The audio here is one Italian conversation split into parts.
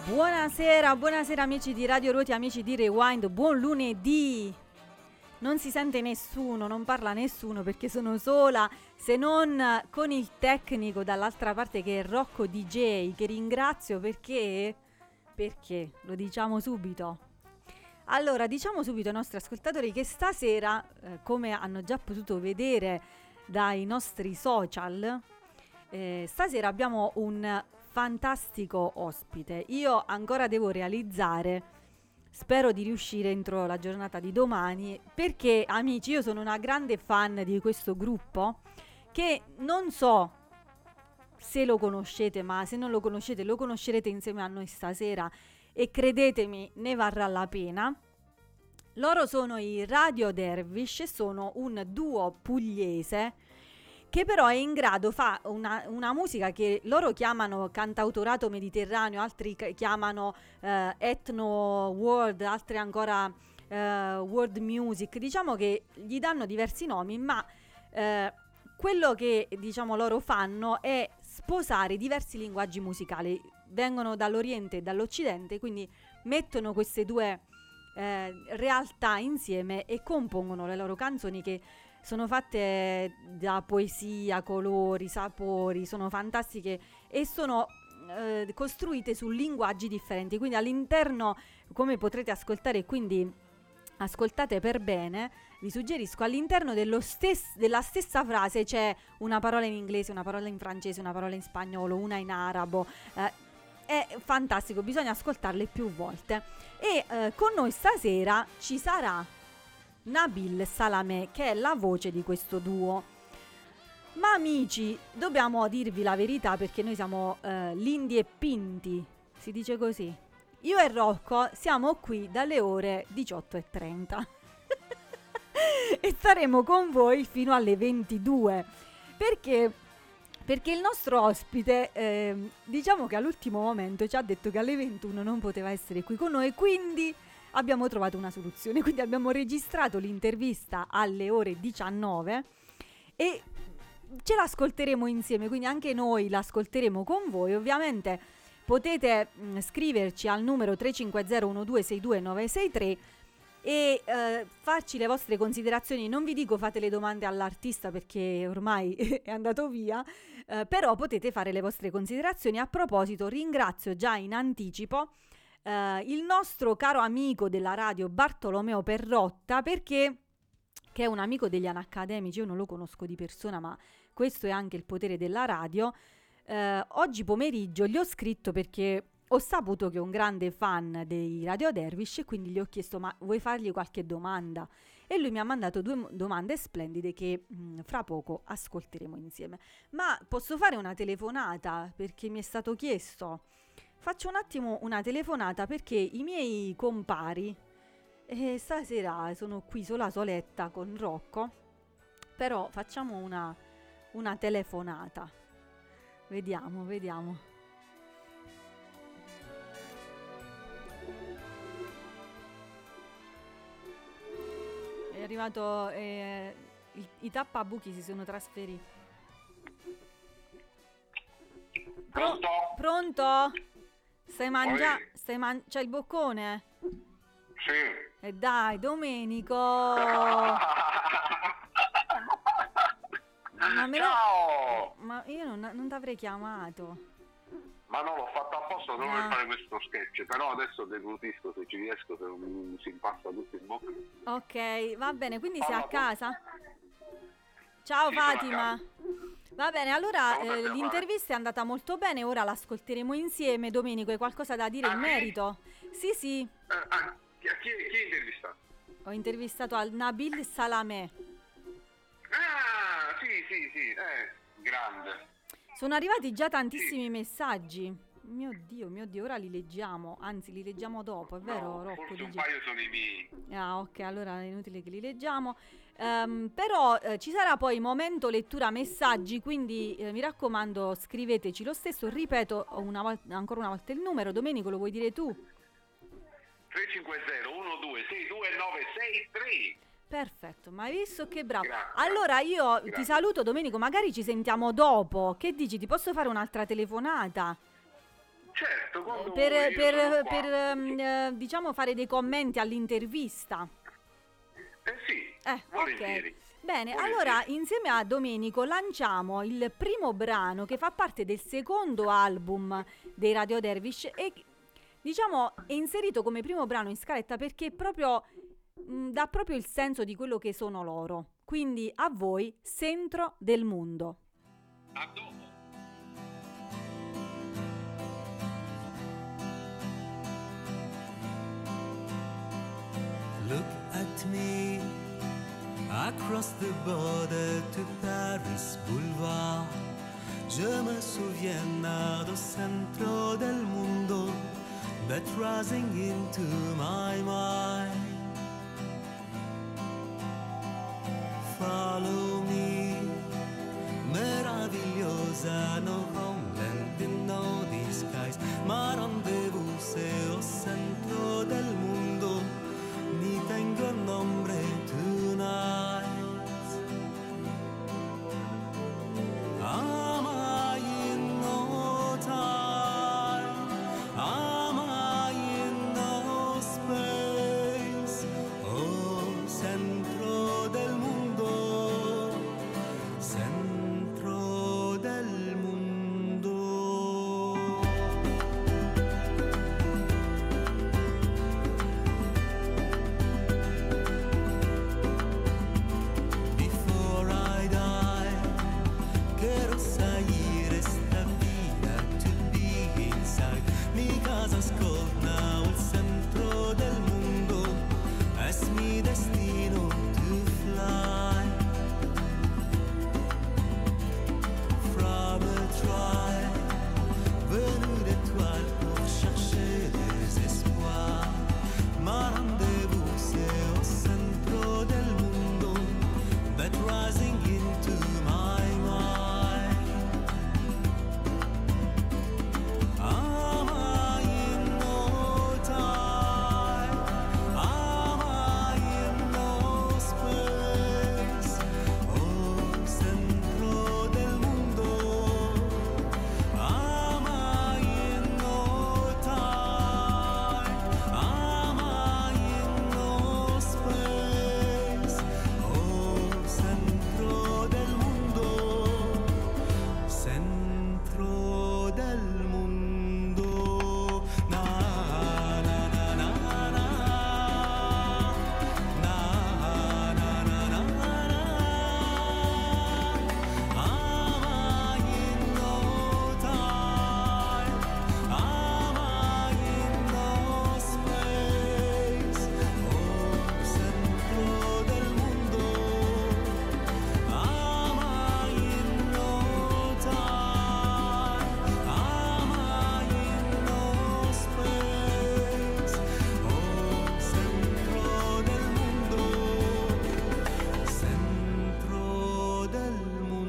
Buonasera, buonasera amici di Radio Ruoti, amici di Rewind, buon lunedì. Non si sente nessuno, non parla nessuno perché sono sola, se non con il tecnico dall'altra parte che è Rocco DJ, che ringrazio perché lo diciamo subito. Allora, diciamo subito ai nostri ascoltatori che stasera, come hanno già potuto vedere dai nostri social, stasera abbiamo un fantastico ospite. Io ancora devo realizzare, spero di riuscire entro la giornata di domani, perché amici, io sono una grande fan di questo gruppo che non so se lo conoscete, ma se non lo conoscete lo conoscerete insieme a noi stasera e credetemi, ne varrà la pena. Loro sono i Radio Dervish, sono un duo pugliese che però è in grado, fa una musica che loro chiamano cantautorato mediterraneo, altri chiamano ethno world, altri ancora world music. Diciamo che gli danno diversi nomi, ma quello che diciamo loro fanno è sposare diversi linguaggi musicali. Vengono dall'Oriente e dall'Occidente, quindi mettono queste due realtà insieme e compongono le loro canzoni che sono fatte da poesia, colori, sapori, sono fantastiche e sono costruite su linguaggi differenti. Quindi all'interno, come potrete ascoltare, quindi ascoltate per bene, vi suggerisco, all'interno della stessa frase c'è una parola in inglese, una parola in francese, una parola in spagnolo, una in arabo. È fantastico, bisogna ascoltarle più volte. E con noi stasera ci sarà Nabil Salamé, che è la voce di questo duo. Ma amici, dobbiamo dirvi la verità perché noi siamo lindi e pinti, si dice così. Io e Rocco siamo qui dalle ore 18:30 e staremo con voi fino alle 22 perché il nostro ospite diciamo che all'ultimo momento ci ha detto che alle 21 non poteva essere qui con noi, quindi abbiamo trovato una soluzione, quindi abbiamo registrato l'intervista alle ore 19 e ce l'ascolteremo insieme, quindi anche noi l'ascolteremo con voi. Ovviamente potete scriverci al numero 350 1262 963 e farci le vostre considerazioni. Non vi dico fate le domande all'artista perché ormai è andato via, però potete fare le vostre considerazioni. A proposito, ringrazio già in anticipo il nostro caro amico della radio Bartolomeo Perrotta, perché che è un amico degli Anacademici. Io non lo conosco di persona, ma questo è anche il potere della radio. Oggi pomeriggio gli ho scritto perché ho saputo che è un grande fan dei Radio Dervish e quindi gli ho chiesto: ma vuoi fargli qualche domanda? E lui mi ha mandato due domande splendide che fra poco ascolteremo insieme. Ma posso fare una telefonata perché mi è stato chiesto? Faccio un attimo una telefonata perché i miei compari stasera sono qui soletta con Rocco, però facciamo una telefonata. Vediamo. È arrivato, i tappabuchi si sono trasferiti. Pronto? Pronto? Stai mangiando? C'hai il boccone? Sì. E dai, Domenico! Ciao! Ma io non ti avrei chiamato. Ma no, l'ho fatto apposta solo per fare questo sketch, però adesso deglutisco se ci riesco, se non si impasta tutto in bocca. Ok, va bene, quindi sei a casa? Ciao, sì, Fatima. Va bene, allora l'intervista è andata molto bene, ora l'ascolteremo insieme. Domenico, hai qualcosa da dire in merito? Sì. Chi hai intervistato? Ho intervistato al Nabil Salamé. Ah, sì, grande. Sono arrivati già tantissimi messaggi. Mio Dio, ora li leggiamo, anzi li leggiamo dopo, è vero, Rocco? Forse un paio sono i miei. Ah, ok, allora è inutile che li leggiamo. Però ci sarà poi momento lettura messaggi, quindi mi raccomando scriveteci lo stesso. Ripeto ancora una volta il numero. Domenico, lo vuoi dire tu? 350 1262 963. Perfetto, ma hai visto che bravo. Grazie. Allora io ti saluto, Domenico, magari ci sentiamo dopo. Che dici? Ti posso fare un'altra telefonata? Certo, quando per, vuoi, io sono per, qua. per, diciamo, fare dei commenti all'intervista. Sì, Ok. volentieri. Bene, Volentieri. allora insieme a Domenico lanciamo il primo brano che fa parte del secondo album dei Radio Dervish e diciamo è inserito come primo brano in scaletta perché proprio dà proprio il senso di quello che sono loro. Quindi a voi, Centro del Mondo. A dopo. Look at me across the border to Paris Boulevard. Je me souviens au centro del mondo, that rising into my mind. Follow me, meravigliosa, no homeland in no disguise. Ma rendezvous c'est au centro del mondo, ni tengo nombre tonight. Am I in no time? Am I in no space? Oh, centro del mondo, centro del mondo. Before I die, quiero salir esta vida to be inside. Mi casa scorna il centro del mondo, es mi destino to fly. From a tribe, venu d'étoiles pour chercher des espoirs. Ma rendez-vous c'est au centro del mundo, that rising into my mind. Am I in no time? Am I in no space? Oh, centro del mundo. Am I in no time? Am I in no space? Oh, centro del mondo, centro del mondo. Na na na na na, na na na na na. Am I in no time? Am I in no space? Oh, centro del mondo. Am I in no time? Am I in no space? Oh, centro del mondo, centro del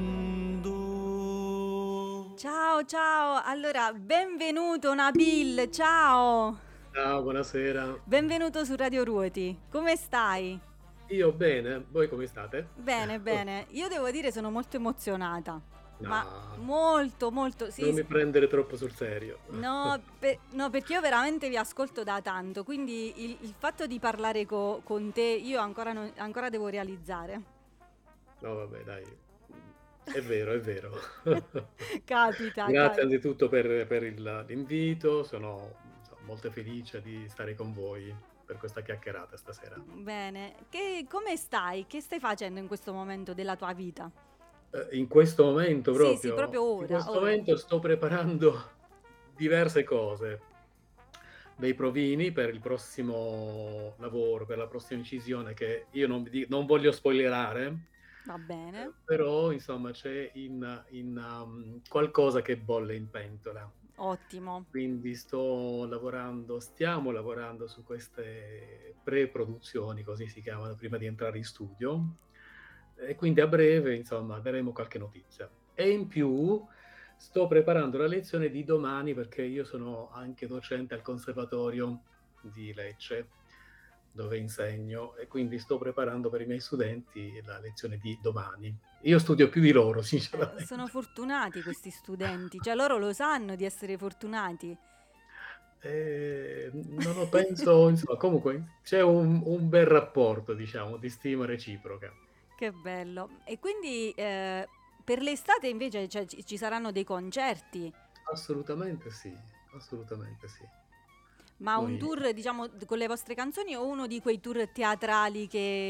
mondo. Ciao, ciao. Allora, benvenuto Nabil, ciao. Ciao, buonasera. Benvenuto su Radio Ruoti. Come stai? Io bene, voi come state? Bene, bene. Io devo dire sono molto emozionata. Ma No, molto, molto. non Sì, mi prendere troppo sul serio. no, no, perché io veramente vi ascolto da tanto, quindi il fatto di parlare con te io ancora, ancora devo realizzare. No, vabbè, dai. È vero, è vero. Capita, Grazie anzitutto per l'invito, sono insomma, molto felice di stare con voi per questa chiacchierata stasera. Bene. Come stai? Che stai facendo in questo momento della tua vita? In questo momento Sì, sì, proprio in ora, questo ora. momento sto preparando diverse cose, dei provini per il prossimo lavoro, per la prossima incisione che io non voglio spoilerare, Va bene. però insomma c'è qualcosa che bolle in pentola. Ottimo. Quindi stiamo lavorando su queste pre-produzioni, così si chiamano, prima di entrare in studio. E quindi a breve, insomma, avremo qualche notizia. E in più sto preparando la lezione di domani perché io sono anche docente al Conservatorio di Lecce, dove insegno, e quindi sto preparando per i miei studenti la lezione di domani. Io studio più di loro, sinceramente. Sono fortunati questi studenti, cioè loro lo sanno di essere fortunati. Non lo penso, insomma, comunque c'è un bel rapporto, diciamo, di stima reciproca. Che bello. E quindi per l'estate invece cioè, ci saranno dei concerti, Assolutamente sì, assolutamente sì. ma un Noi tour, diciamo, con le vostre canzoni o uno di quei tour teatrali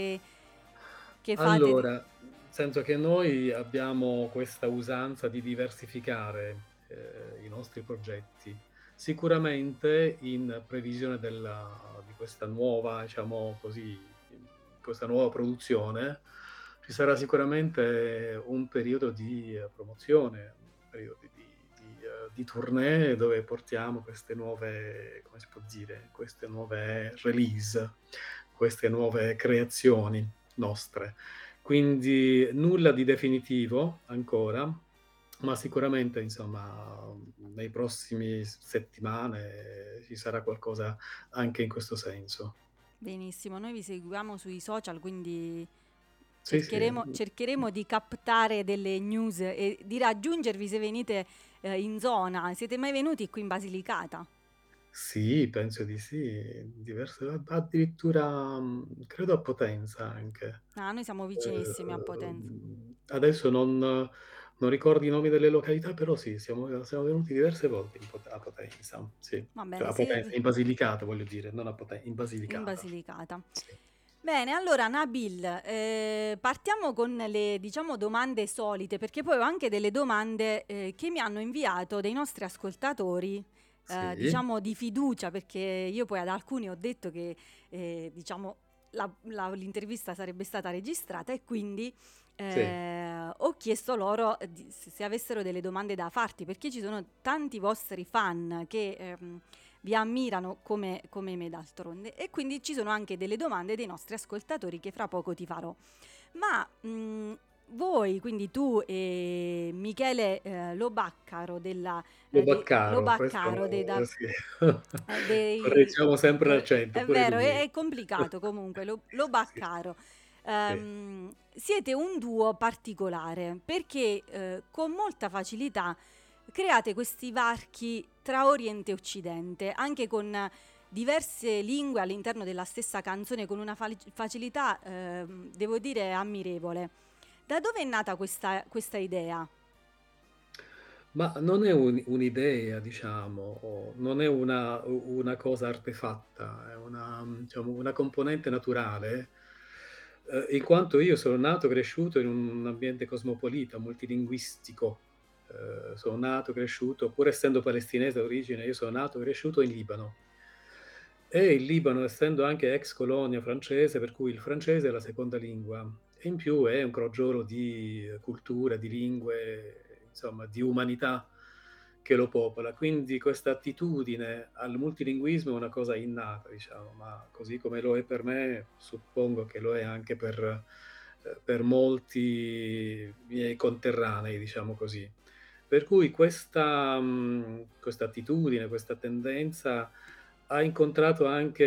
che fate? allora, nel senso che noi abbiamo questa usanza di diversificare, i nostri progetti. Sicuramente in previsione di questa nuova, diciamo così, questa nuova produzione, ci sarà sicuramente un periodo di promozione, un periodo di tournée dove portiamo queste nuove, come si può dire, queste nuove release, queste nuove creazioni nostre. Quindi nulla di definitivo ancora, ma sicuramente insomma nei prossimi settimane ci sarà qualcosa anche in questo senso. Benissimo, noi vi seguiamo sui social, quindi Sì, sì. cercheremo di captare delle news e di raggiungervi se venite in zona. Siete mai venuti qui in Basilicata? Sì, penso di sì, diverse addirittura, credo a Potenza anche. Ah, noi siamo vicinissimi a Potenza. Adesso non ricordo i nomi delle località, però sì, siamo venuti diverse volte a Potenza, sì. Va Cioè bene, a Potenza, in Basilicata voglio dire, non a Poten in in Basilicata. Basilicata. Sì. Bene, allora Nabil, partiamo con le, diciamo, domande solite, perché poi ho anche delle domande che mi hanno inviato dei nostri ascoltatori, Sì, diciamo di fiducia, perché io poi ad alcuni ho detto che, diciamo, l'intervista sarebbe stata registrata e quindi sì, ho chiesto loro se avessero delle domande da farti, perché ci sono tanti vostri fan che vi ammirano come me d'altronde e quindi ci sono anche delle domande dei nostri ascoltatori che fra poco ti farò. Ma voi, quindi tu e Michele Lobaccaro Lo Lobaccaro Baccaro, sì. dei Correggiamo sempre l'accento, è pure vero, lui. è complicato comunque, Sì, Lobaccaro. sì. Siete un duo particolare perché con molta facilità create questi varchi tra Oriente e Occidente, anche con diverse lingue all'interno della stessa canzone, con una facilità, devo dire, ammirevole. Da dove è nata questa idea? Ma non è un'idea, diciamo, o non è una cosa artefatta, è diciamo, una componente naturale, in quanto io sono nato e cresciuto in un ambiente cosmopolita, multilinguistico. Sono nato, cresciuto, pur essendo palestinese d'origine, io sono nato e cresciuto in Libano. E il Libano, essendo anche ex colonia francese, per cui il francese è la seconda lingua, e in più è un crogiolo di culture, di lingue, insomma, di umanità che lo popola. Quindi questa attitudine al multilinguismo è una cosa innata, diciamo, ma così come lo è per me, suppongo che lo è anche per molti miei conterranei, diciamo così. Per cui questa attitudine, questa tendenza ha incontrato anche,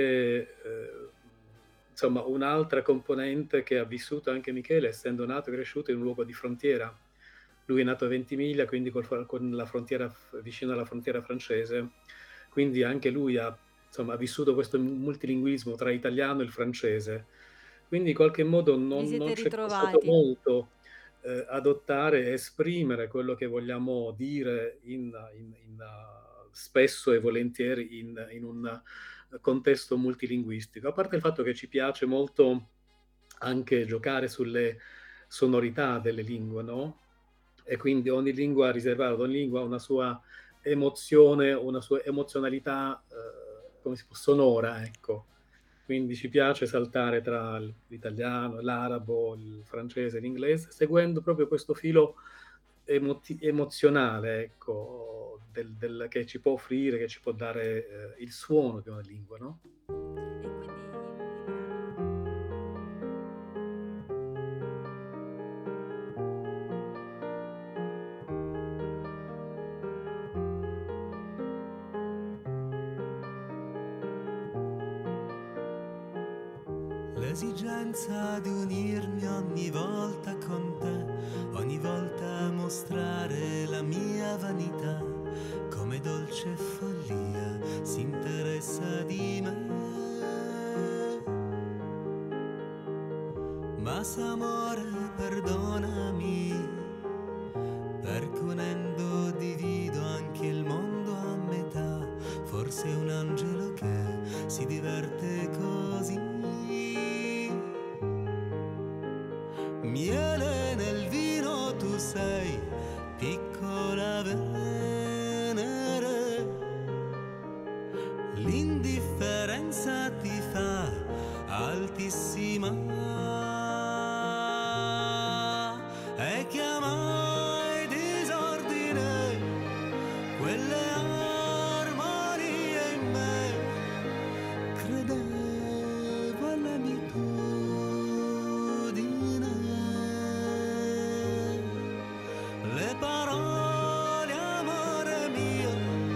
insomma, un'altra componente che ha vissuto anche Michele, essendo nato e cresciuto in un luogo di frontiera. Lui è nato a Ventimiglia, quindi con la frontiera, vicino alla frontiera francese, quindi anche lui insomma, ha vissuto questo multilinguismo tra italiano e il francese. Quindi in qualche modo Vi siete non ci è costato ritrovati? molto adottare e esprimere quello che vogliamo dire spesso e volentieri in un contesto multilinguistico. A parte il fatto che ci piace molto anche giocare sulle sonorità delle lingue, no? E quindi ogni lingua riservata ad ogni lingua ha una sua emozione, una sua emozionalità, come si può, sonora, ecco. Quindi ci piace saltare tra l'italiano, l'arabo, il francese, l'inglese, seguendo proprio questo filo emozionale, ecco, che ci può offrire, che ci può dare il suono di una lingua, no? E quindi L'esigenza di unirmi ogni volta con te, ogni volta mostrare la mia vanità, come dolce follia, di me. Ma s'amore, perdonami, perché unendo divido anche il mondo a metà. Forse è un angelo che si diverte così. Miele nel vino tu sei, piccola Venere. L'indifferenza ti fa altissima. E chiama il disordine quelle armonie in me. Credevo alla mitudine. Le parole, amore mio,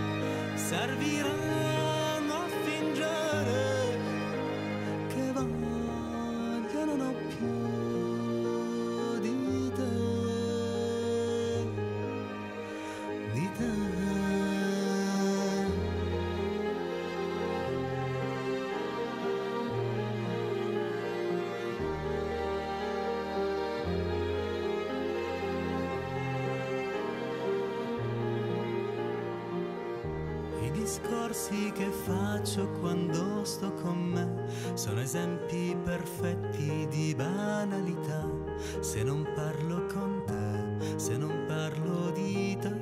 serviranno a fingere che voglia non ho più di te, di te. I discorsi che faccio quando sto con me sono esempi perfetti di banalità. Se non parlo con te, se non parlo di te,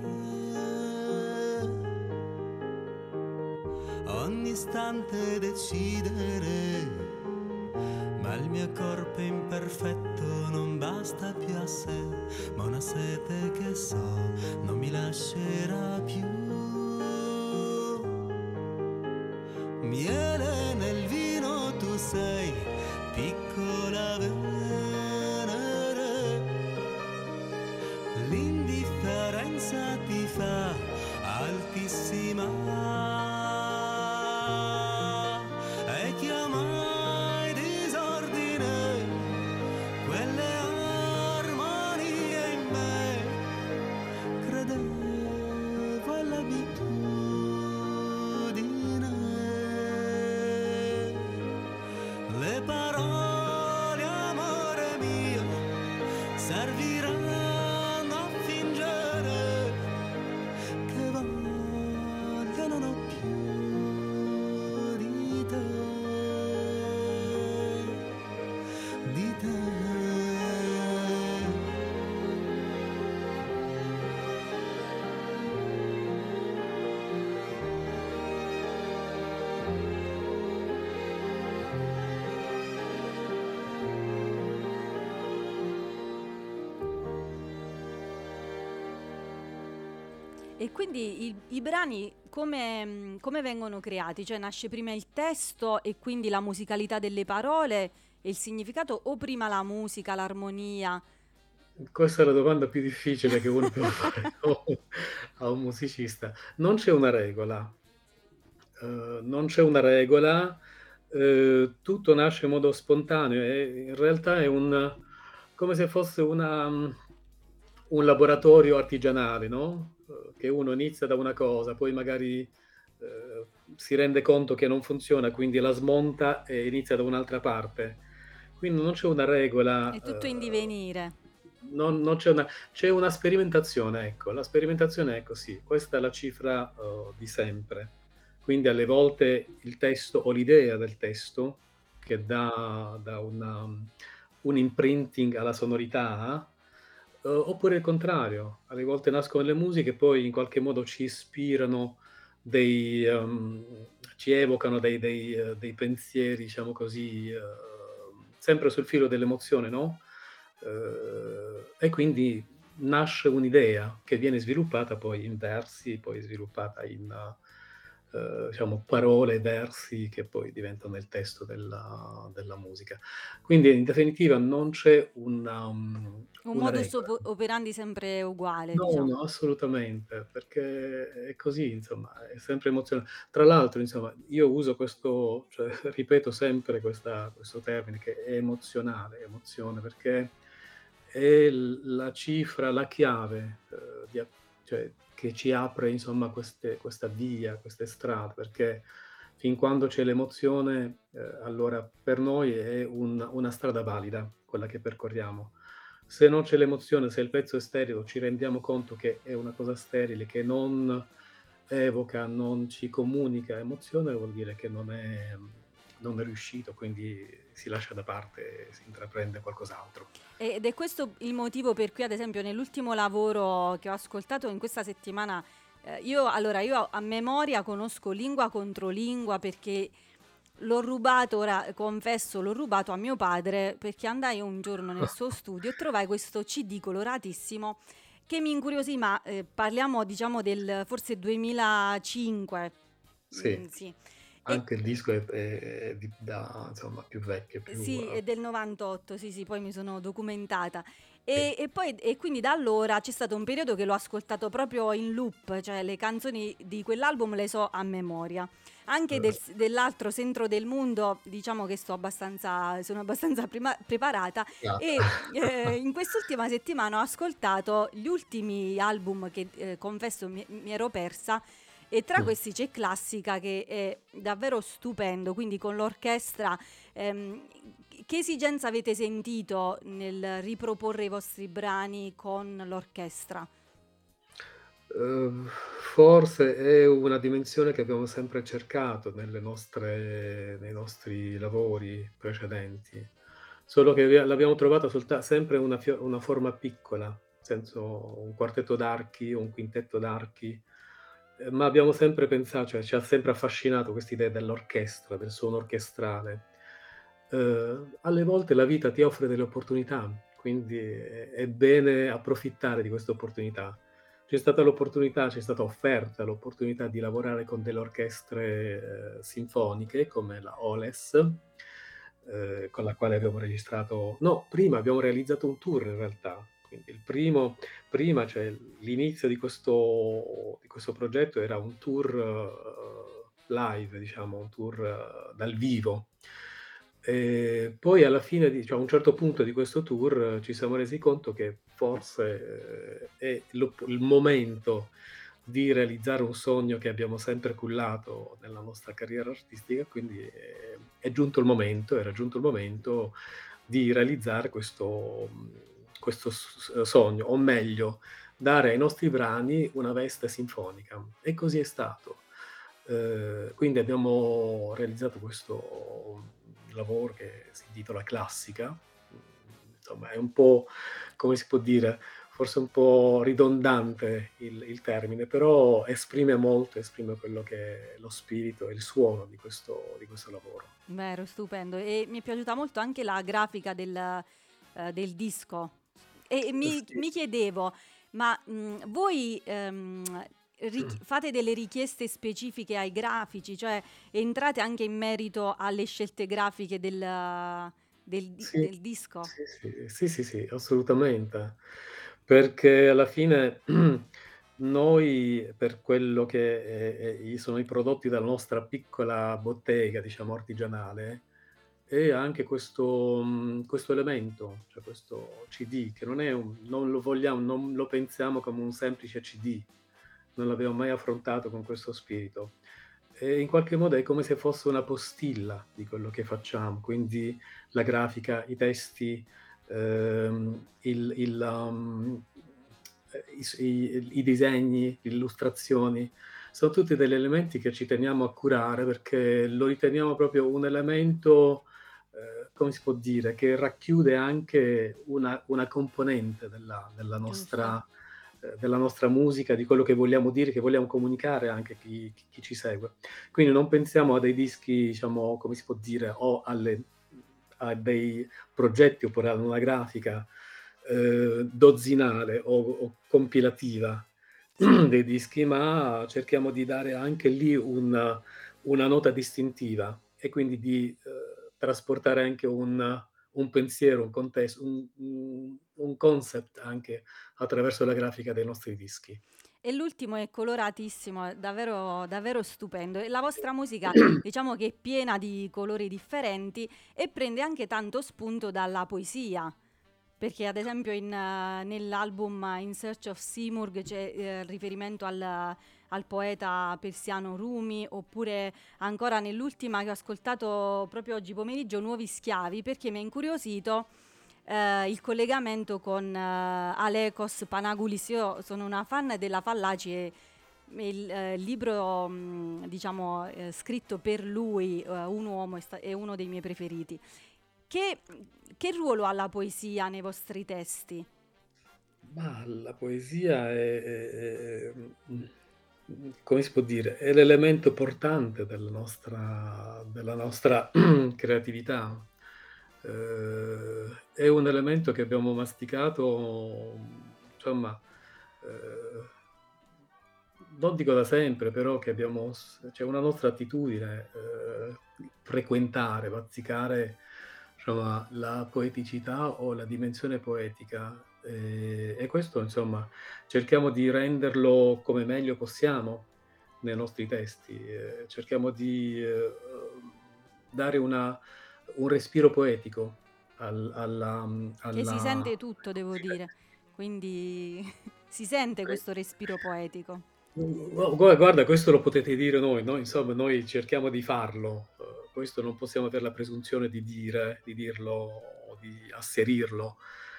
ogni istante decidere, ma il mio corpo imperfetto non basta più a sé, ma una sete che so non mi lascerà più. Miele nel vino tu sei, piccola Venere. L'indifferenza ti fa altissima. E chiama il disordine quelle armonie in me. Credevo all'abitudine. Le parole, amore mio, serviranno a fingere che voglia non ho più di te, di te. E quindi i brani come vengono creati? Cioè nasce prima il testo e quindi la musicalità delle parole e il significato, o prima la musica, l'armonia? Questa è la domanda più difficile che uno può fare a un musicista. Non c'è una regola. Non c'è una regola, tutto nasce in modo spontaneo e in realtà è come se fosse un laboratorio artigianale, no, che uno inizia da una cosa, poi magari, si rende conto che non funziona, quindi la smonta e inizia da un'altra parte. Quindi non c'è una regola, È tutto in divenire. non c'è una sperimentazione, ecco. La sperimentazione è così, questa è la cifra, di sempre. Quindi alle volte il testo o l'idea del testo che dà un imprinting alla sonorità, oppure il contrario. Alle volte nascono le musiche e poi in qualche modo ci ispirano ci evocano dei pensieri, diciamo così, sempre sul filo dell'emozione, no, e quindi nasce un'idea che viene sviluppata poi in versi, poi sviluppata in, diciamo parole, versi che poi diventano il testo della musica. Quindi in definitiva non c'è Un una modus regola. operandi sempre uguale, No, diciamo. no, assolutamente, perché è così, insomma, è sempre tra l'altro, insomma, io uso cioè, ripeto sempre questo termine che è emozionale, emozione, perché è la cifra, la chiave, cioè, che ci apre, insomma, questa via, queste strade, perché Fin quando c'è l'emozione, allora per noi è una strada valida quella che percorriamo. Se non c'è l'emozione, se il pezzo è sterile, ci rendiamo conto che è una cosa sterile, che non evoca, non ci comunica emozione, vuol dire che non è riuscito, quindi si lascia da parte e si intraprende qualcos'altro. Ed è questo il motivo per cui, ad esempio, nell'ultimo lavoro che ho ascoltato in questa settimana, io a memoria conosco Lingua contro Lingua perché l'ho rubato, ora confesso, l'ho rubato a mio padre perché andai un giorno nel suo studio e trovai questo CD coloratissimo che mi incuriosì, ma parliamo diciamo del forse 2005. Sì, Sì. E, anche il disco insomma, più vecchio, più... sì, è del 98, sì, poi mi sono documentata. sì. E quindi da allora c'è stato un periodo che l'ho ascoltato proprio in loop, cioè le canzoni di quell'album le so a memoria. Anche Eh, dell'altro Centro del Mondo, diciamo che sono abbastanza preparata. Beata. E in quest'ultima settimana ho ascoltato gli ultimi album che confesso mi ero persa. E tra Mh. questi c'è Classica che è davvero stupendo, quindi con l'orchestra. ehm, che esigenza avete sentito nel riproporre i vostri brani con l'orchestra? Forse è una dimensione che abbiamo sempre cercato nei nostri lavori precedenti, solo che l'abbiamo trovata sempre una forma piccola, nel senso un quartetto d'archi o un quintetto d'archi, ma abbiamo sempre cioè ci ha sempre affascinato quest'idea dell'orchestra, del suono orchestrale. Alle volte la vita ti offre delle opportunità, quindi è bene approfittare di queste opportunità. C'è stata offerta l'opportunità di lavorare con delle orchestre, sinfoniche come la Oles, con la quale abbiamo registrato no, prima abbiamo realizzato un tour in realtà. Quindi il prima, cioè l'inizio di questo progetto era un tour, live, diciamo, un tour dal vivo. Poi alla fine cioè a un certo punto di questo tour ci siamo resi conto che forse, è il momento di realizzare un sogno che abbiamo sempre cullato nella nostra carriera artistica, quindi era giunto il momento di realizzare questo sogno, o meglio, dare ai nostri brani una veste sinfonica. E così è stato. Quindi abbiamo realizzato questo lavoro che si intitola Classica. Insomma è un po', come si può dire, forse un po' ridondante il termine, però esprime quello che è lo spirito e il suono di questo lavoro. Vero, stupendo. E mi è piaciuta molto anche la grafica del disco. E Sì. mi chiedevo, ma voi fate delle richieste specifiche ai grafici, cioè entrate anche in merito alle scelte grafiche Sì, del disco? sì, sì, sì, sì, sì, assolutamente. Perché alla fine noi per quello che sono i prodotti della nostra piccola bottega, diciamo artigianale, e anche questo elemento, cioè questo CD che non lo pensiamo come un semplice CD, non l'abbiamo mai affrontato con questo spirito. E in qualche modo è come se fosse una postilla di quello che facciamo, quindi la grafica, i testi, i disegni, le illustrazioni, sono tutti degli elementi che ci teniamo a curare perché lo riteniamo proprio un elemento, come si può dire, che racchiude anche una componente Giusto. della nostra musica, di quello che vogliamo dire, che vogliamo comunicare anche a chi ci segue. Quindi non pensiamo a dei dischi, diciamo, come si può dire, o a dei progetti oppure ad una grafica, dozzinale o compilativa Sì. dei dischi, ma cerchiamo di dare anche lì una nota distintiva e quindi di, trasportare anche un pensiero, un contesto, un concept anche attraverso la grafica dei nostri dischi. E l'ultimo è coloratissimo, è davvero, davvero stupendo. E la vostra musica, diciamo che è piena di colori differenti e prende anche tanto spunto dalla poesia. Perché ad esempio nell'album In Search of Simurgh c'è riferimento al poeta persiano Rumi, oppure ancora nell'ultima che ho ascoltato proprio oggi pomeriggio, Nuovi Schiavi, perché mi ha incuriosito il collegamento con Alekos Panagoulis. Io sono una fan della Fallaci e il libro diciamo scritto per lui, Un uomo, è uno dei miei preferiti. Che ruolo ha la poesia nei vostri testi? Ma la poesia come si può dire, è l'elemento portante della nostra creatività. È un elemento che abbiamo masticato, insomma, non dico da sempre, però che c'è una nostra attitudine, frequentare, bazzicare, insomma, la poeticità o la dimensione poetica. E questo, insomma, cerchiamo di renderlo come meglio possiamo nei nostri testi. Cerchiamo di dare un respiro poetico Che si alla sente tutto, devo dire, quindi si sente questo respiro poetico. Guarda, questo lo potete dire insomma, noi cerchiamo di farlo, questo non possiamo avere la presunzione di dirlo o di asserirlo,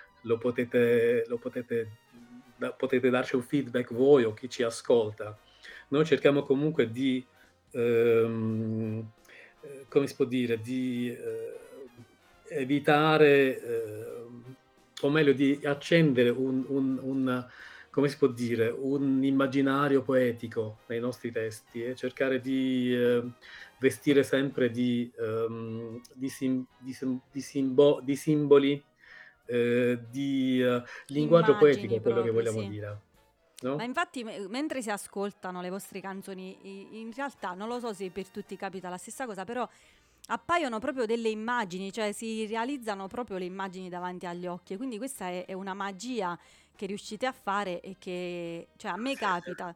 potete darci un feedback voi o chi ci ascolta. Noi cerchiamo comunque di, come si può dire, di evitare, o meglio, di accendere come si può dire, un immaginario poetico nei nostri testi e cercare di vestire sempre di simboli, di linguaggio poetico, Immagini quello che proprio, vogliamo sì. dire, Ma no? infatti mentre si ascoltano le vostre canzoni, in realtà non lo so se per tutti capita la stessa cosa, però appaiono proprio delle immagini, cioè si realizzano proprio le immagini davanti agli occhi, e quindi questa è una magia che riuscite a fare e che, cioè, a me capita.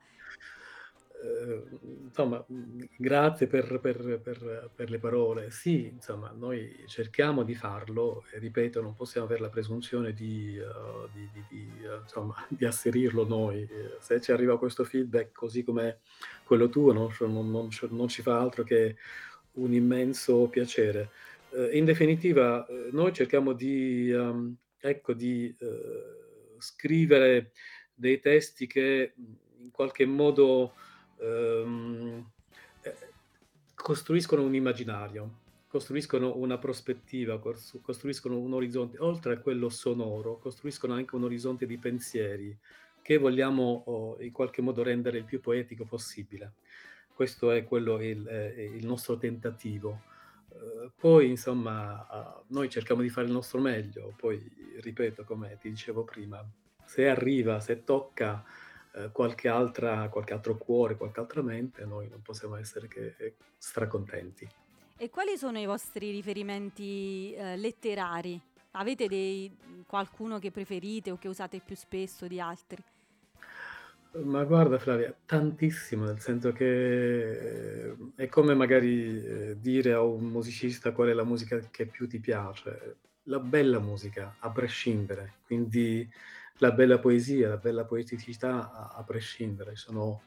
Insomma, grazie per le parole. Sì, insomma, noi cerchiamo di farlo e ripeto, non possiamo avere la presunzione insomma, di asserirlo noi. Se ci arriva questo feedback così come quello tuo, non ci fa altro che un immenso piacere. In definitiva, noi cerchiamo ecco, di scrivere dei testi che in qualche modo ehm, eh, costruiscono un immaginario, costruiscono una prospettiva, costruiscono un orizzonte, oltre a quello sonoro, costruiscono anche un orizzonte di pensieri che vogliamo in qualche modo rendere il più poetico possibile. Questo è il nostro tentativo. Poi, insomma, noi cerchiamo di fare il nostro meglio, poi, ripeto, come ti dicevo prima, se tocca qualche altro cuore, qualche altra mente, noi non possiamo essere che stracontenti. E quali sono i vostri riferimenti letterari? Avete qualcuno che preferite o che usate più spesso di altri? Ma guarda Flavia, tantissimo, nel senso che è come magari dire a un musicista qual è la musica che più ti piace. La bella musica, a prescindere, quindi la bella poesia, la bella poeticità a prescindere. Sono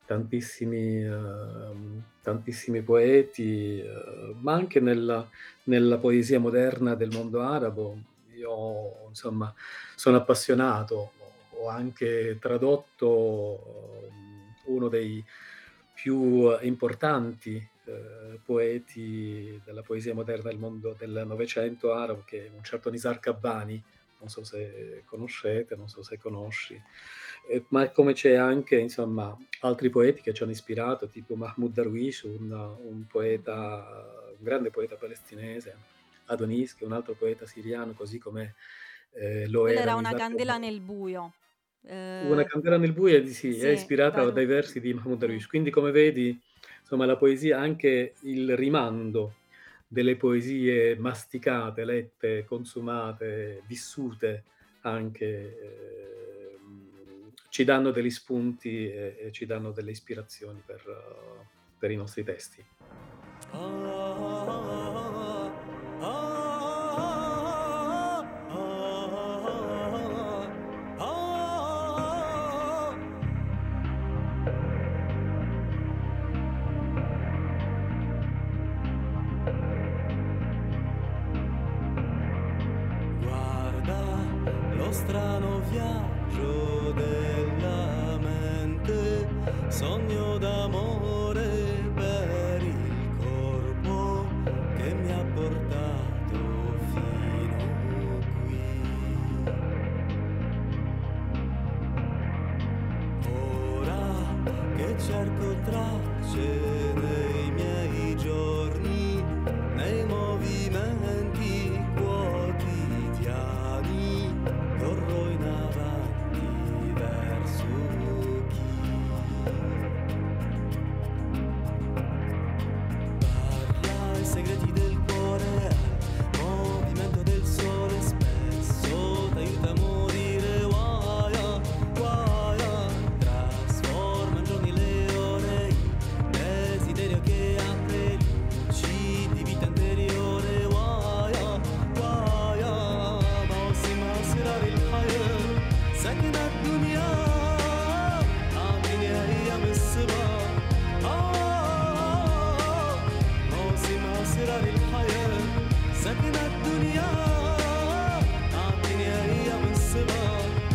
tantissimi poeti, ma anche nella poesia moderna del mondo arabo. Io, insomma, sono appassionato, ho anche tradotto uno dei più importanti poeti della poesia moderna del mondo del Novecento arabo, che è un certo Nizar Qabbani, non so se conoscete, non so se conosci, ma come c'è anche, insomma, altri poeti che ci hanno ispirato, tipo Mahmoud Darwish, un grande poeta palestinese, Adonis, che è un altro poeta siriano, così come lo Quella era era una Nizar candela Qabbani. nel buio. Una candela nel buio sì, è Sì, ispirata dai Baruch. versi di Mahmoud Sì. Darwish. Quindi, come vedi, insomma, la poesia, anche il rimando delle poesie masticate, lette, consumate, vissute anche, ci danno degli spunti e ci danno delle ispirazioni per i nostri testi. viaggio della mente, sogno d'amore per il corpo che mi ha portato fino qui. Ora che cerco tracce nei miei giorni, nei movimenti quotidiani, corro in avanti verso chi parla i segreti del cuore, al movimento del sole spesso t'aiuta a morire, guaia, guaia, trasforma in giorni le ore, il desiderio che apre luci di vita interiore, guaia, guaia, موسم أسرار الحياة ساكنة الدنيا أعطيني أيام الصبا موسم أسرار الحياة ساكنة الدنيا أعطيني أيام الصبا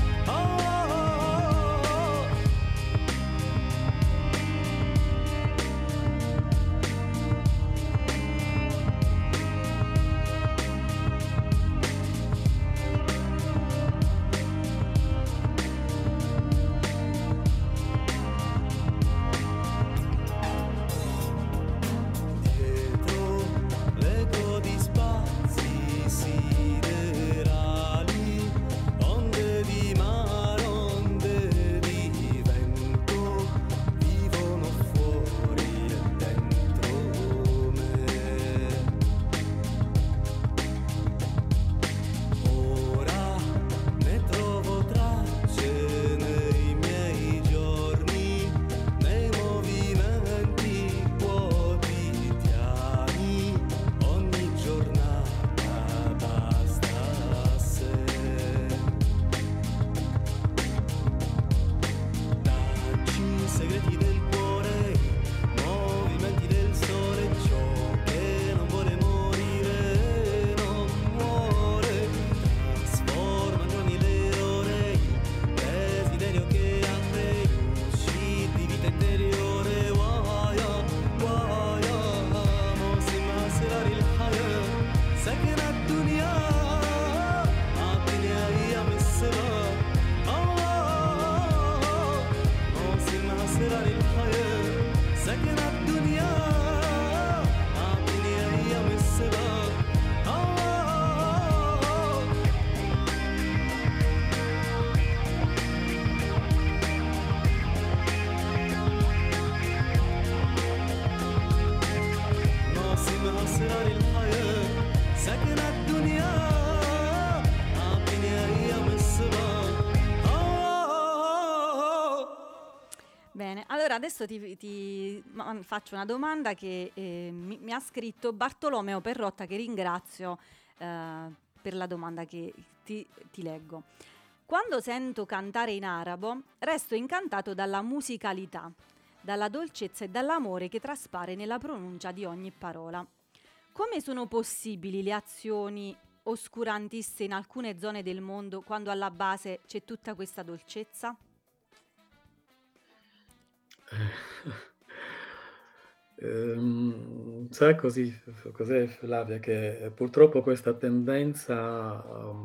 dietro l'eco di spazi siderali, onde di mare, onde di vento, vivono fuori e dentro me. Ora ne trovo tracce nei miei giorni, nei movimenti quotidiani, ogni giornata basta a sé. Dacci i segreti del cuore, i movimenti del sole, ciò che non vuole morire non muore, trasforma in giorni le ore, il desiderio che apre luci di vita interiore, guaia, guaia, موسم أسرار الحياة ساكنة الدنيا أعطيني أيام الصبا موسم أسرار الحياة ساكنة الدنيا أعطيني أيام الصبا موسم أسرار الحياة ساكنة الدنيا أعطيني أيام الصبا Bene, allora adesso faccio una domanda che mi ha scritto Bartolomeo Perrotta, che ringrazio per la domanda che ti leggo. Quando sento cantare in arabo, resto incantato dalla musicalità, dalla dolcezza e dall'amore che traspare nella pronuncia di ogni parola. Come sono possibili le azioni oscurantiste in alcune zone del mondo quando alla base c'è tutta questa dolcezza? Sai cos'è Flavia? Che purtroppo questa tendenza,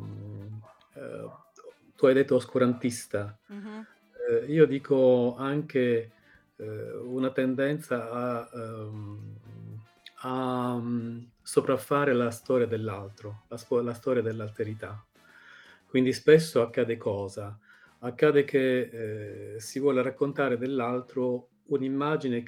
tu hai detto oscurantista, Mhm. io dico anche una tendenza a sopraffare la storia dell'altro, la storia dell'alterità. Quindi spesso accade cosa? Accade che si vuole raccontare dell'altro un'immagine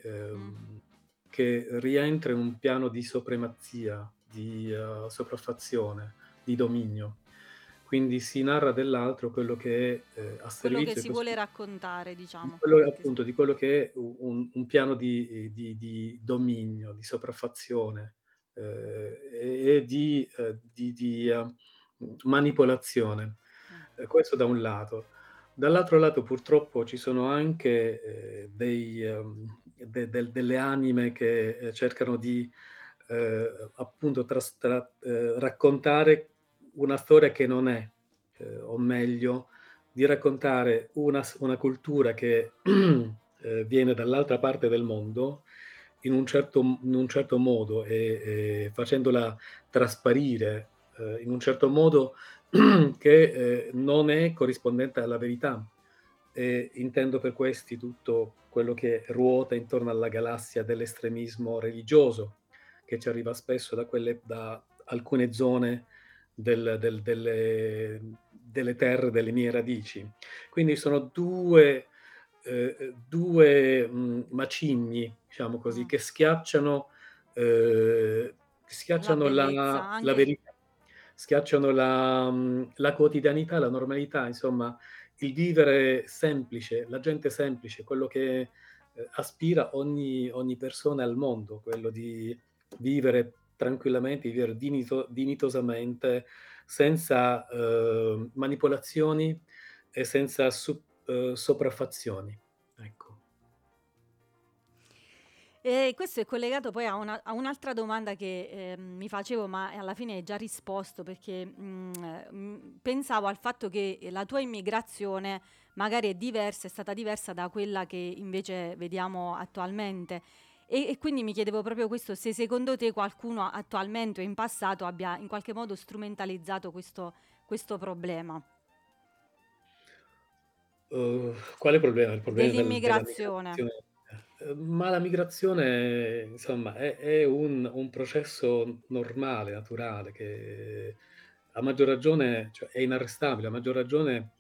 che rientra in un piano di supremazia, di sopraffazione, di dominio. Quindi si narra dell'altro quello che è a Quello che servizio si vuole raccontare, diciamo. appunto di quello che è un piano di dominio, di sopraffazione e di manipolazione. Questo da un lato. Dall'altro lato purtroppo ci sono anche delle anime che cercano di appunto raccontare una storia che non è, o meglio, di raccontare una cultura che viene dall'altra parte del mondo in un certo modo e facendola trasparire in un certo modo che non è corrispondente alla verità. E intendo per questi tutto quello che ruota intorno alla galassia dell'estremismo religioso, che ci arriva spesso da alcune zone delle terre delle mie radici. Quindi sono due macigni, diciamo così, Mm. che La schiacciano bellezza la anche. verità, schiacciano la quotidianità, la normalità, insomma, il vivere semplice, la gente semplice, quello che aspira ogni persona al mondo, quello di vivere tranquillamente, vivere dignitosamente, senza manipolazioni e senza sopraffazioni. Ecco. E questo è collegato poi a un'altra domanda che mi facevo, ma alla fine hai già risposto perché pensavo al fatto che la tua immigrazione magari è diversa, è stata diversa da quella che invece vediamo attualmente. E quindi mi chiedevo proprio questo, se secondo te qualcuno attualmente o in passato abbia in qualche modo strumentalizzato questo problema Quale problema? Il problema della dell'immigrazione. migrazione? Ma la migrazione, insomma, è un processo normale, naturale, che a maggior ragione, cioè è inarrestabile, a maggior ragione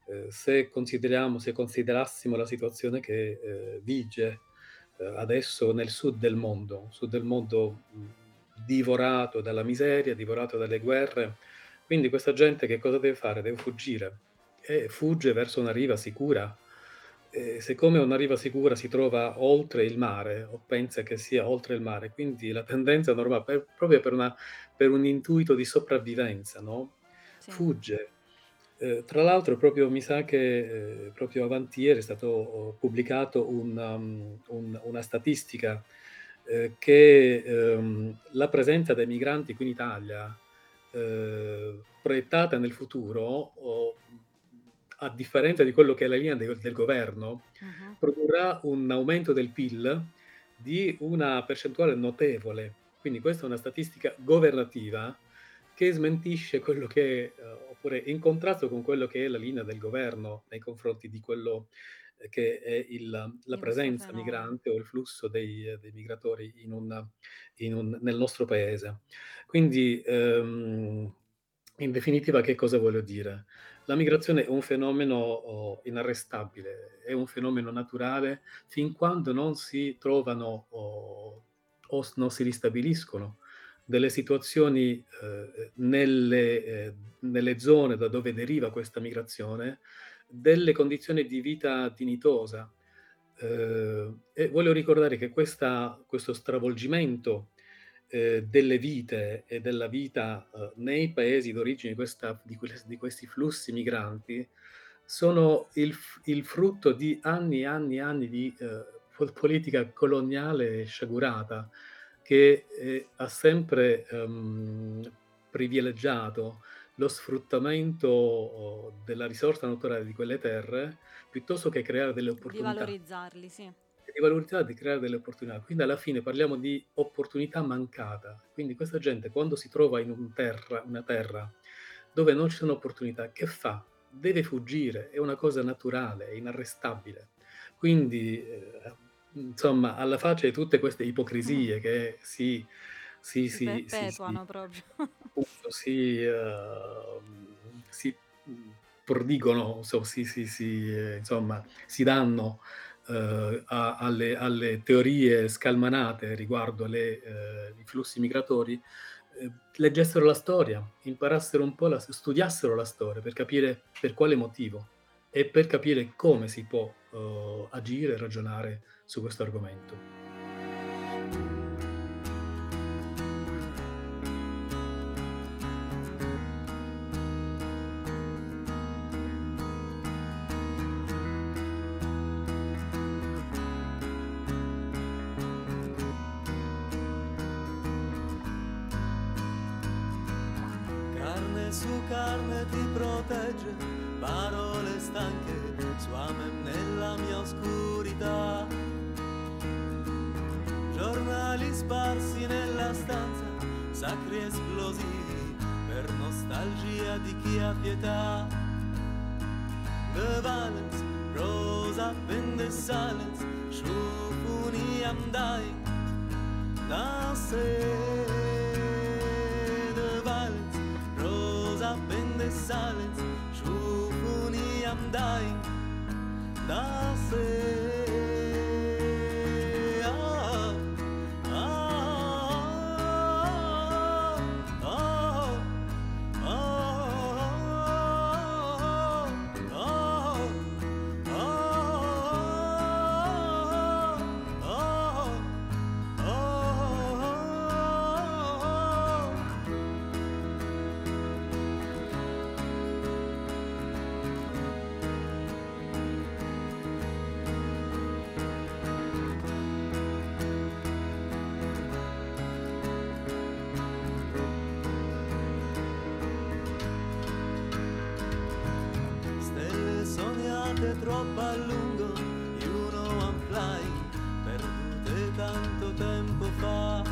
se considerassimo la situazione che vige adesso nel sud del mondo divorato dalla miseria, divorato dalle guerre. Quindi questa gente che cosa deve fare? Deve fuggire e fugge verso una riva sicura. E siccome una riva sicura si trova oltre il mare, o pensa che sia oltre il mare, quindi la tendenza normale, proprio per un intuito di sopravvivenza, no? Sì. Fugge. Tra l'altro proprio mi sa che proprio avanti ieri è stato pubblicato una statistica che la presenza dei migranti qui in Italia proiettata nel futuro, a differenza di quello che è la linea del governo, Mhm. produrrà un aumento del PIL di una percentuale notevole. Quindi questa è una statistica governativa che smentisce quello che oppure in contrasto con quello che è la linea del governo nei confronti di quello che è la Di questo presenza fenomeno. migrante o il flusso dei migratori nel nostro paese. Quindi, in definitiva, che cosa voglio dire? La migrazione è un fenomeno inarrestabile, è un fenomeno naturale fin quando non si trovano o non si ristabiliscono delle situazioni nelle zone da dove deriva questa migrazione, delle condizioni di vita dignitosa. E voglio ricordare che questo stravolgimento delle vite e della vita nei paesi d'origine di questi flussi migranti sono il frutto di anni e anni e anni di politica coloniale sciagurata che ha sempre privilegiato lo sfruttamento della risorsa naturale di quelle terre piuttosto che creare delle Di opportunità valorizzarli, sì. e di valorizzare, di creare delle opportunità. Quindi alla fine parliamo di opportunità mancata. Quindi questa gente quando si trova in una terra dove non ci sono opportunità, che fa? Deve fuggire, è una cosa naturale, è inarrestabile. Quindi, insomma, alla faccia di tutte queste ipocrisie che Si perpetuano proprio. appunto, si prodigono, insomma, si danno alle teorie scalmanate riguardo i flussi migratori, leggessero la storia, imparassero un po', studiassero la storia per capire per quale motivo e per capire come si può agire e ragionare su questo argomento. Carne su carne ti protegge parole stanche suonano nella mia oscurità, giornali sparsi nella stanza, sacri esplosivi per nostalgia di chi ha pietà. The violence rose up in the silence, shufuni I'm dying, now say. The violence rose up in the silence, shufuni I'm dying, now say. Troppo a lungo, you know I'm flying, perdute tanto tempo fa.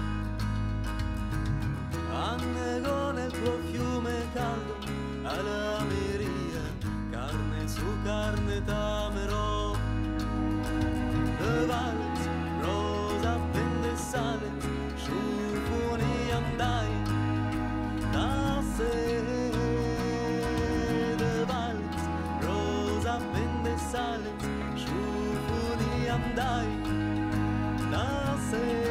Annego nel tuo fiume caldo, alla miria, carne su carne tamerò. The violence rose up in the silence, shufuni I'm dying, now say. Silence, shufuni I'm dying, now say.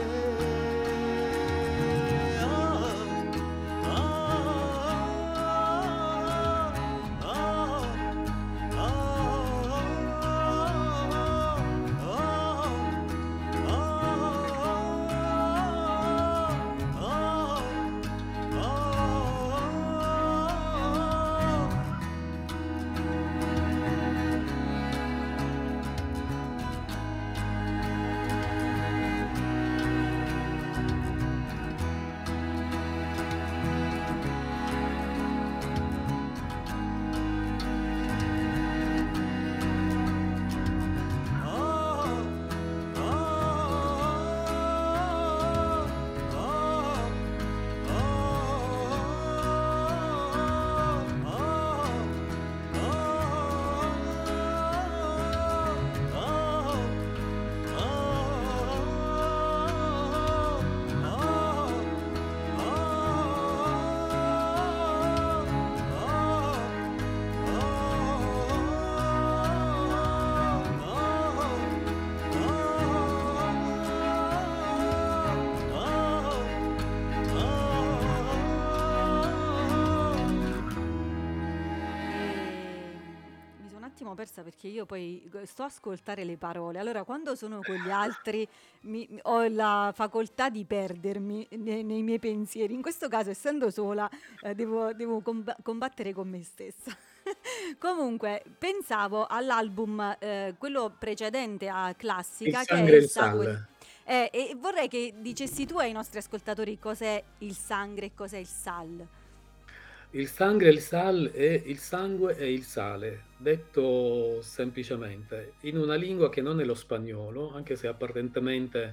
Persa perché io poi sto a ascoltare le parole, allora quando sono con gli altri ho la facoltà di perdermi nei miei pensieri. In questo caso, essendo sola, devo combattere con me stessa. Comunque pensavo all'album quello precedente a Classica, Il che è Sangre e Il il sangue Sal. e vorrei che dicessi tu ai nostri ascoltatori cos'è il Sangre e cos'è il Sal. Il Sangre e il Sal è il sangue e il sale, detto semplicemente, in una lingua che non è lo spagnolo, anche se apparentemente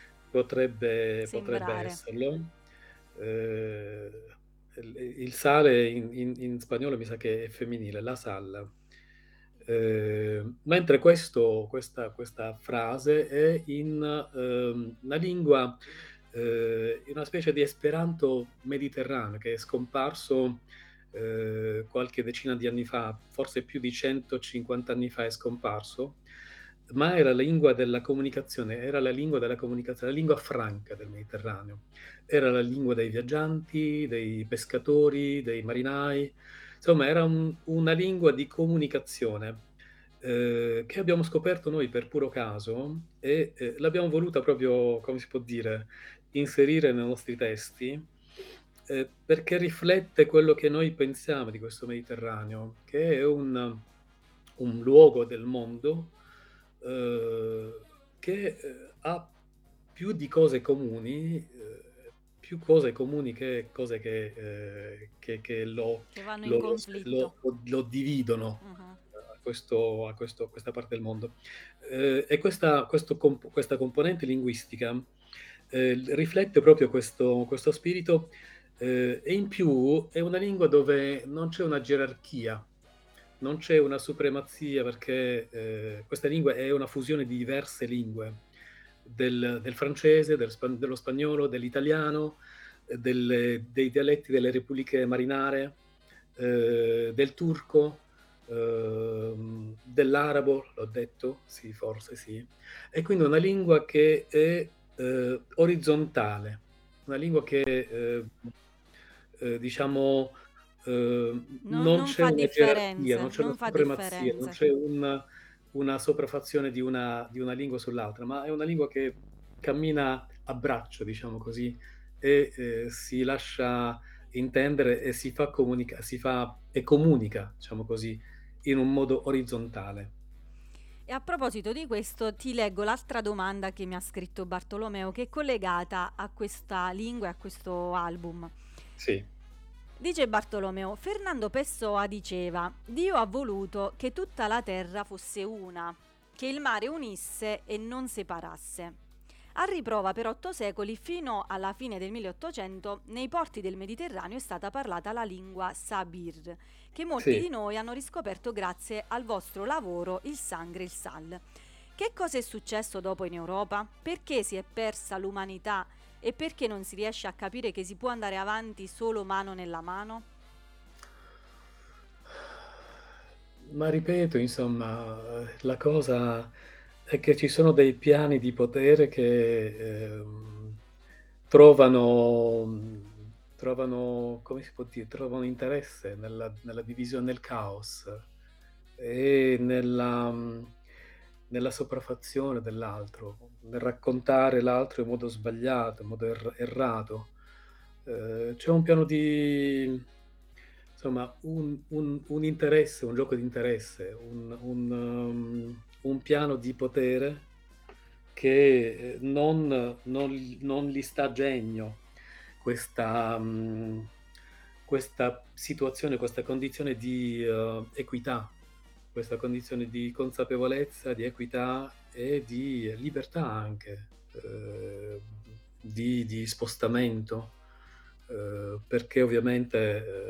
potrebbe Sembrare. esserlo. Eh, il sale in spagnolo mi sa che è femminile, la sal. Mentre questa frase è in una lingua, in una specie di esperanto mediterraneo che è scomparso qualche decina di anni fa, forse più di 150 anni fa è scomparso, ma era la lingua della comunicazione, la lingua franca del Mediterraneo. Era la lingua dei viaggianti, dei pescatori, dei marinai, insomma era una lingua di comunicazione che abbiamo scoperto noi per puro caso e l'abbiamo voluta proprio, come si può dire, inserire nei nostri testi perché riflette quello che noi pensiamo di questo Mediterraneo, che è un luogo del mondo che ha più di cose comuni, più cose comuni che cose che Che vanno in conflitto. lo dividono Mhm. a questa parte del mondo. E questa componente linguistica riflette proprio questo spirito, e in più è una lingua dove non c'è una gerarchia, non c'è una supremazia, perché questa lingua è una fusione di diverse lingue, del francese, dello spagnolo, dell'italiano, dei dialetti delle repubbliche marinare, del turco, dell'arabo, l'ho detto? Sì, forse sì. E quindi è una lingua che è orizzontale, una lingua che diciamo non Non c'è fa una gerarchia, non differenze, c'è una non fa supremazia, non differenze. c'è una sopraffazione di una lingua sull'altra, ma è una lingua che cammina a braccio, diciamo così, e si lascia intendere e e comunica, diciamo così, in un modo orizzontale. E a proposito di questo, ti leggo l'altra domanda che mi ha scritto Bartolomeo, che è collegata a questa lingua e a questo album. Sì, Dice Bartolomeo, Fernando Pessoa diceva, Dio ha voluto che tutta la terra fosse una, che il mare unisse e non separasse. A riprova per 8 secoli, fino alla fine del 1800, nei porti del Mediterraneo è stata parlata la lingua Sabir, che molti sì. di noi hanno riscoperto grazie al vostro lavoro Il Sangre e il Sal. Che cosa è successo dopo in Europa? Perché si è persa l'umanità e perché non si riesce a capire che si può andare avanti solo mano nella mano? Ma ripeto, insomma, la cosa è che ci sono dei piani di potere che trovano, come si può dire, trovano interesse nella divisione, nel caos e nella sopraffazione dell'altro, nel raccontare l'altro in modo sbagliato, in modo errato. C'è un piano di, insomma, un interesse, un gioco di interesse, un piano di potere che non gli sta a genio questa situazione, questa condizione di equità, questa condizione di consapevolezza, di equità e di libertà anche, di spostamento, perché ovviamente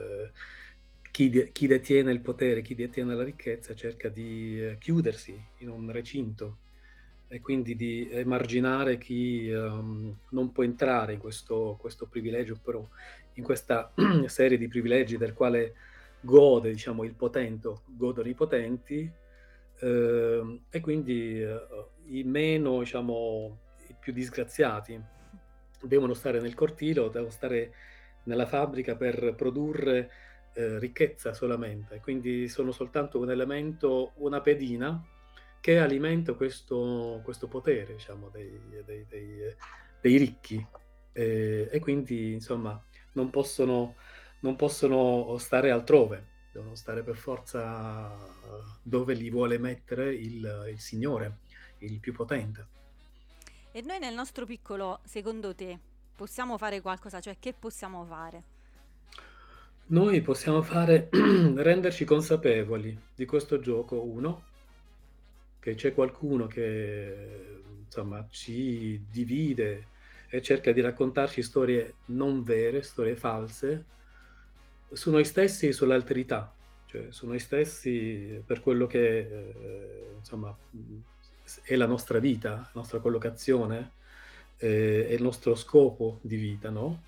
chi detiene il potere, chi detiene la ricchezza cerca di chiudersi in un recinto e quindi di emarginare chi non può entrare in questo privilegio, però in questa serie di privilegi del quale gode, diciamo, il potente, godono i potenti, e quindi i meno, diciamo, i più disgraziati devono stare nel cortile o devono stare nella fabbrica per produrre ricchezza solamente, quindi sono soltanto un elemento, una pedina che alimenta questo potere, diciamo, dei ricchi. E quindi, insomma, non possono, non possono stare altrove, devono stare per forza dove li vuole mettere il Signore, il più potente. E noi nel nostro piccolo, secondo te, possiamo fare qualcosa? Cioè, che possiamo fare? Noi possiamo fare renderci consapevoli di questo gioco, uno, che c'è qualcuno che insomma ci divide e cerca di raccontarci storie non vere, storie false, su noi stessi e sull'alterità, cioè su noi stessi per quello che insomma è la nostra vita, la nostra collocazione e il nostro scopo di vita, no?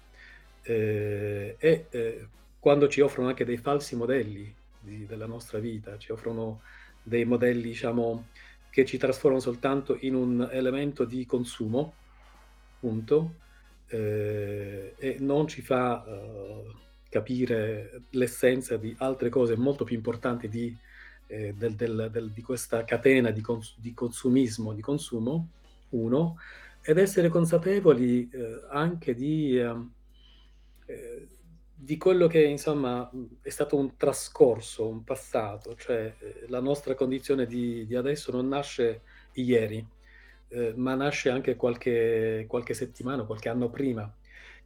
Quando ci offrono anche dei falsi modelli della nostra vita, ci offrono dei modelli, diciamo, che ci trasformano soltanto in un elemento di consumo, punto, e non ci fa capire l'essenza di altre cose molto più importanti di questa catena di consumismo, di consumo, uno, ed essere consapevoli anche di quello che insomma è stato un trascorso, un passato, cioè la nostra condizione di adesso non nasce ieri, ma nasce anche qualche settimana, qualche anno prima.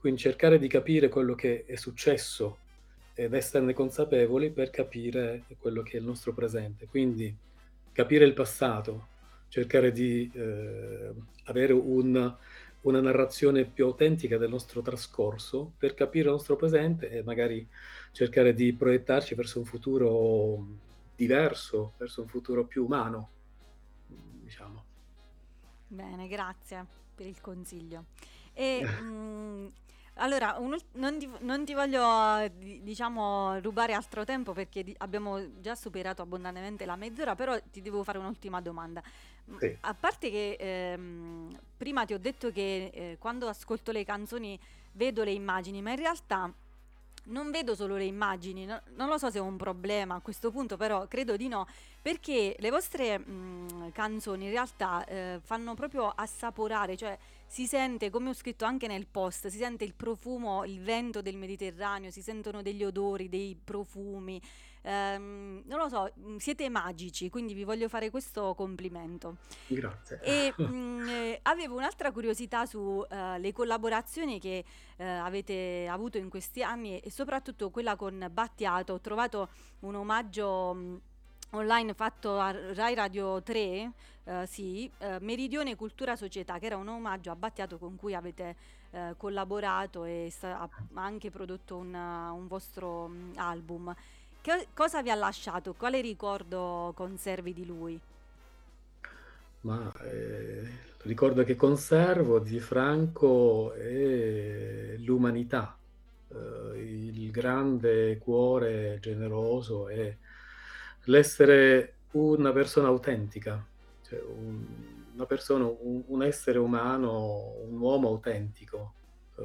Quindi cercare di capire quello che è successo ed esserne consapevoli per capire quello che è il nostro presente. Quindi capire il passato, cercare di avere una narrazione più autentica del nostro trascorso per capire il nostro presente e magari cercare di proiettarci verso un futuro diverso, verso un futuro più umano, diciamo. Bene, grazie per il consiglio. E allora, non ti voglio, diciamo, rubare altro tempo perché abbiamo già superato abbondantemente la mezz'ora, però ti devo fare un'ultima domanda. Sì. A parte che prima ti ho detto che quando ascolto le canzoni vedo le immagini, ma in realtà non vedo solo le immagini, non lo so se è un problema a questo punto, però credo di no, perché le vostre canzoni in realtà fanno proprio assaporare, cioè si sente, come ho scritto anche nel post, si sente il profumo, il vento del Mediterraneo, si sentono degli odori, dei profumi, non lo so, siete magici, quindi vi voglio fare questo complimento. Grazie. E avevo un'altra curiosità su le collaborazioni che avete avuto in questi anni e soprattutto quella con Battiato. Ho trovato un omaggio online fatto a Rai Radio 3, sì, Meridione Cultura Società, che era un omaggio a Battiato con cui avete collaborato e ha anche prodotto un vostro album. Cosa vi ha lasciato? Quale ricordo conservi di lui? Ma ricordo che conservo di Franco è l'umanità, il grande cuore generoso e l'essere una persona autentica, cioè una persona, un essere umano, un uomo autentico,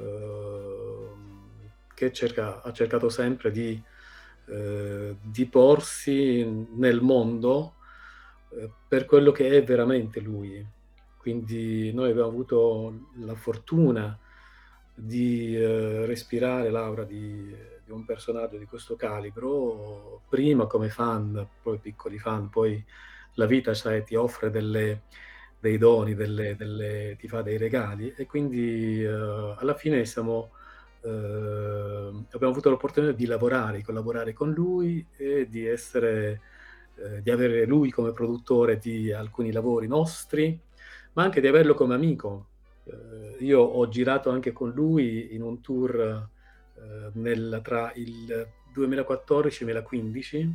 che ha cercato sempre di porsi nel mondo per quello che è veramente lui. Quindi noi abbiamo avuto la fortuna di respirare l'aura di un personaggio di questo calibro, prima come fan, poi piccoli fan, poi la vita, sai, ti offre dei doni, ti fa dei regali e quindi alla fine abbiamo avuto l'opportunità di lavorare, di collaborare con lui e di avere lui come produttore di alcuni lavori nostri, ma anche di averlo come amico. Io ho girato anche con lui in un tour tra il 2014 e il 2015.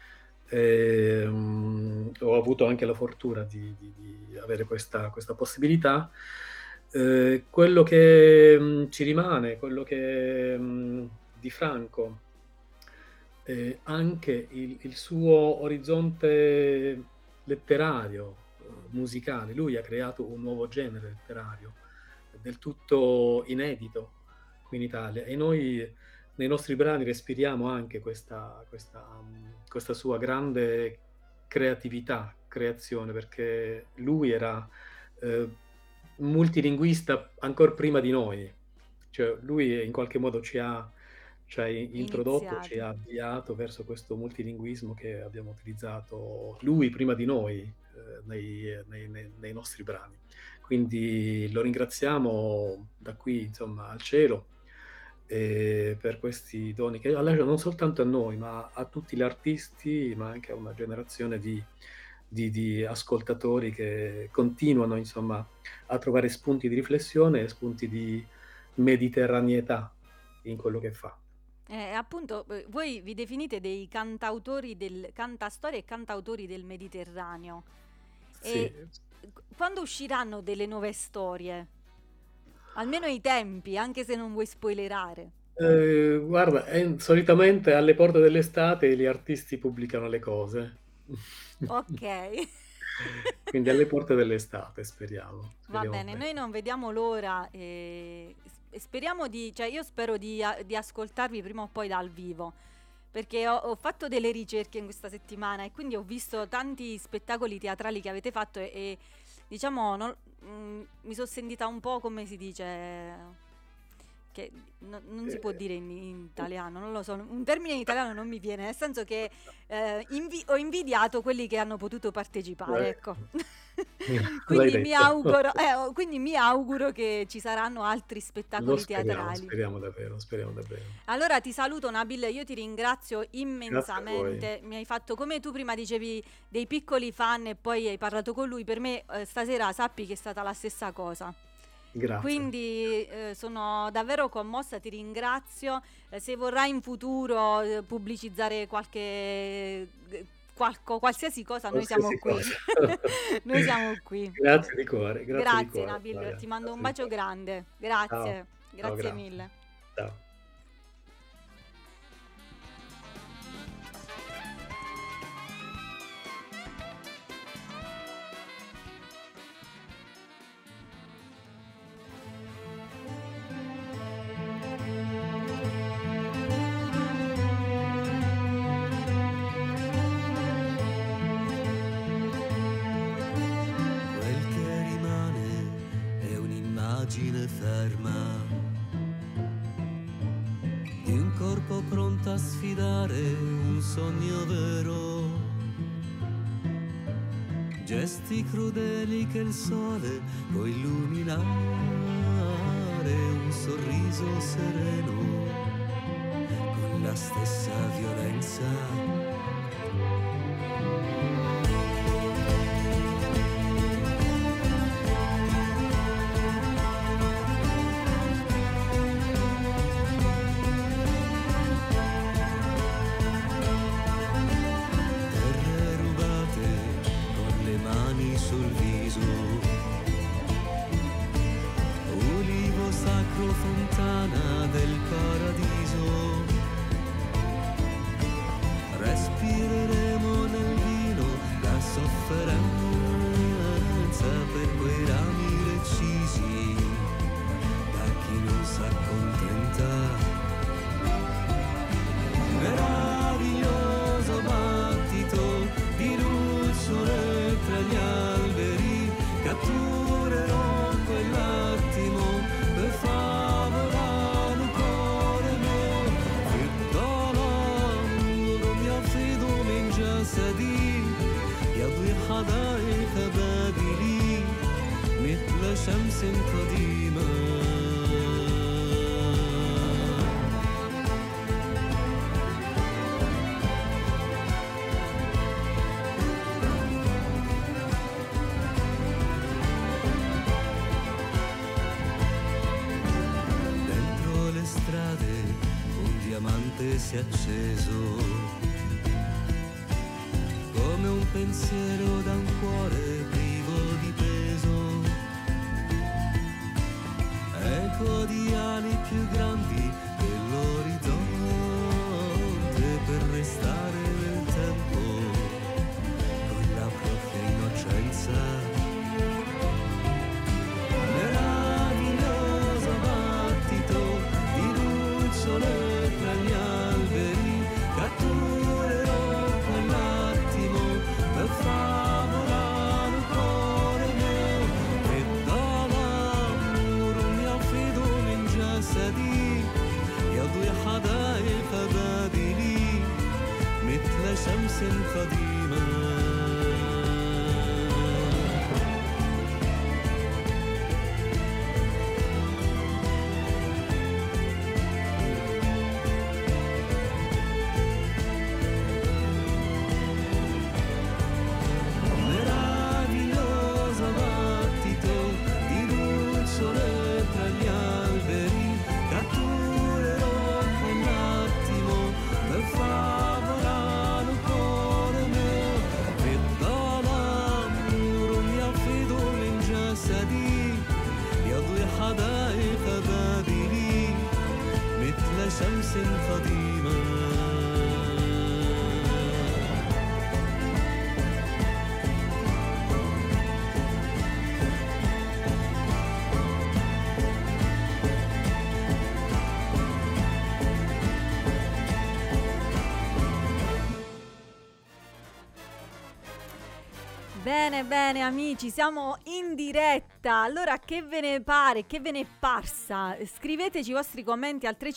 Ho avuto anche la fortuna di avere questa possibilità. Quello che ci rimane, quello che di Franco, anche il suo orizzonte letterario, musicale. Lui ha creato un nuovo genere letterario, del tutto inedito qui in Italia, e noi nei nostri brani respiriamo anche questa sua grande creazione, perché lui era multilinguista ancora prima di noi, cioè lui in qualche modo ci ha introdotto, ci ha avviato verso questo multilinguismo che abbiamo utilizzato lui prima di noi nei nostri brani. Quindi lo ringraziamo da qui, insomma, al cielo per questi doni che lascia non soltanto a noi, ma a tutti gli artisti, ma anche a una generazione di ascoltatori che continuano, insomma, a trovare spunti di riflessione e spunti di mediterraneità in quello che fa. Appunto, voi vi definite dei cantastorie e cantautori del Mediterraneo. Sì. E quando usciranno delle nuove storie? Almeno i tempi, anche se non vuoi spoilerare. Guarda, solitamente alle porte dell'estate gli artisti pubblicano le cose. Ok. Quindi alle porte dell'estate, speriamo. Va bene, noi non vediamo l'ora e speriamo cioè io spero di ascoltarvi prima o poi dal vivo, perché ho fatto delle ricerche in questa settimana e quindi ho visto tanti spettacoli teatrali che avete fatto e diciamo mi sono sentita un po', come si dice, che non si può dire in italiano, non lo so, un termine in italiano non mi viene, nel senso che ho invidiato quelli che hanno potuto partecipare, ecco. L'hai quindi mi auguro che ci saranno altri spettacoli teatrali. Speriamo davvero. Allora ti saluto Nabil, io ti ringrazio Grazie a immensamente, mi hai fatto, come tu prima dicevi, dei piccoli fan e poi hai parlato con lui, per me stasera sappi che è stata la stessa cosa. Grazie. Quindi sono davvero commossa, ti ringrazio. Se vorrai in futuro pubblicizzare qualsiasi cosa, noi siamo qui. Noi siamo qui. Grazie di cuore. Grazie Nabil, ti mando un bacio grande. Grazie. Ciao. Grazie mille. Ciao. Quel che rimane è un'immagine ferma di un corpo pronto a sfidare un sogno vero. Gesti crudeli che il sole può illuminare, un sorriso sereno con la stessa violenza. Terre rubate con le mani sul viso, ulivo sacro, fontana del paradiso. Respireremo nel vino la sofferenza per quei rami recisi da chi non s'accontenta. Meraviglioso battito di lucciole tra gli alberi, catturerò quell'attimo per favorare un cuore mio. Fidda mi affido min jasadi, يضوي حدائق بابلي مثل شمس قديمة. Dentro le strade un diamante si è acceso, come un pensiero da un cuore privo di peso. Eco di ali più grandi dell'orizzonte per restare nel tempo con la propria innocenza. Meraviglioso battito di lucciole tra gli alberi, catturerò quell'attimo per favorare un cuore mio. E dall'amore mi affido min jasadi, يضوي حدائق بابلي مثل شمس قديمة. Meraviglioso battito di lucciole tra gli alberi, catturerò quell'attimo per favorare un cuore mio. E dall'amore mi affido min jasadi, يضوي حدائق بابلي مثل شمس قديمة. Bene, bene amici, siamo in diretta. Allora, che ve ne pare? Che ve ne è parsa? Scriveteci i vostri commenti al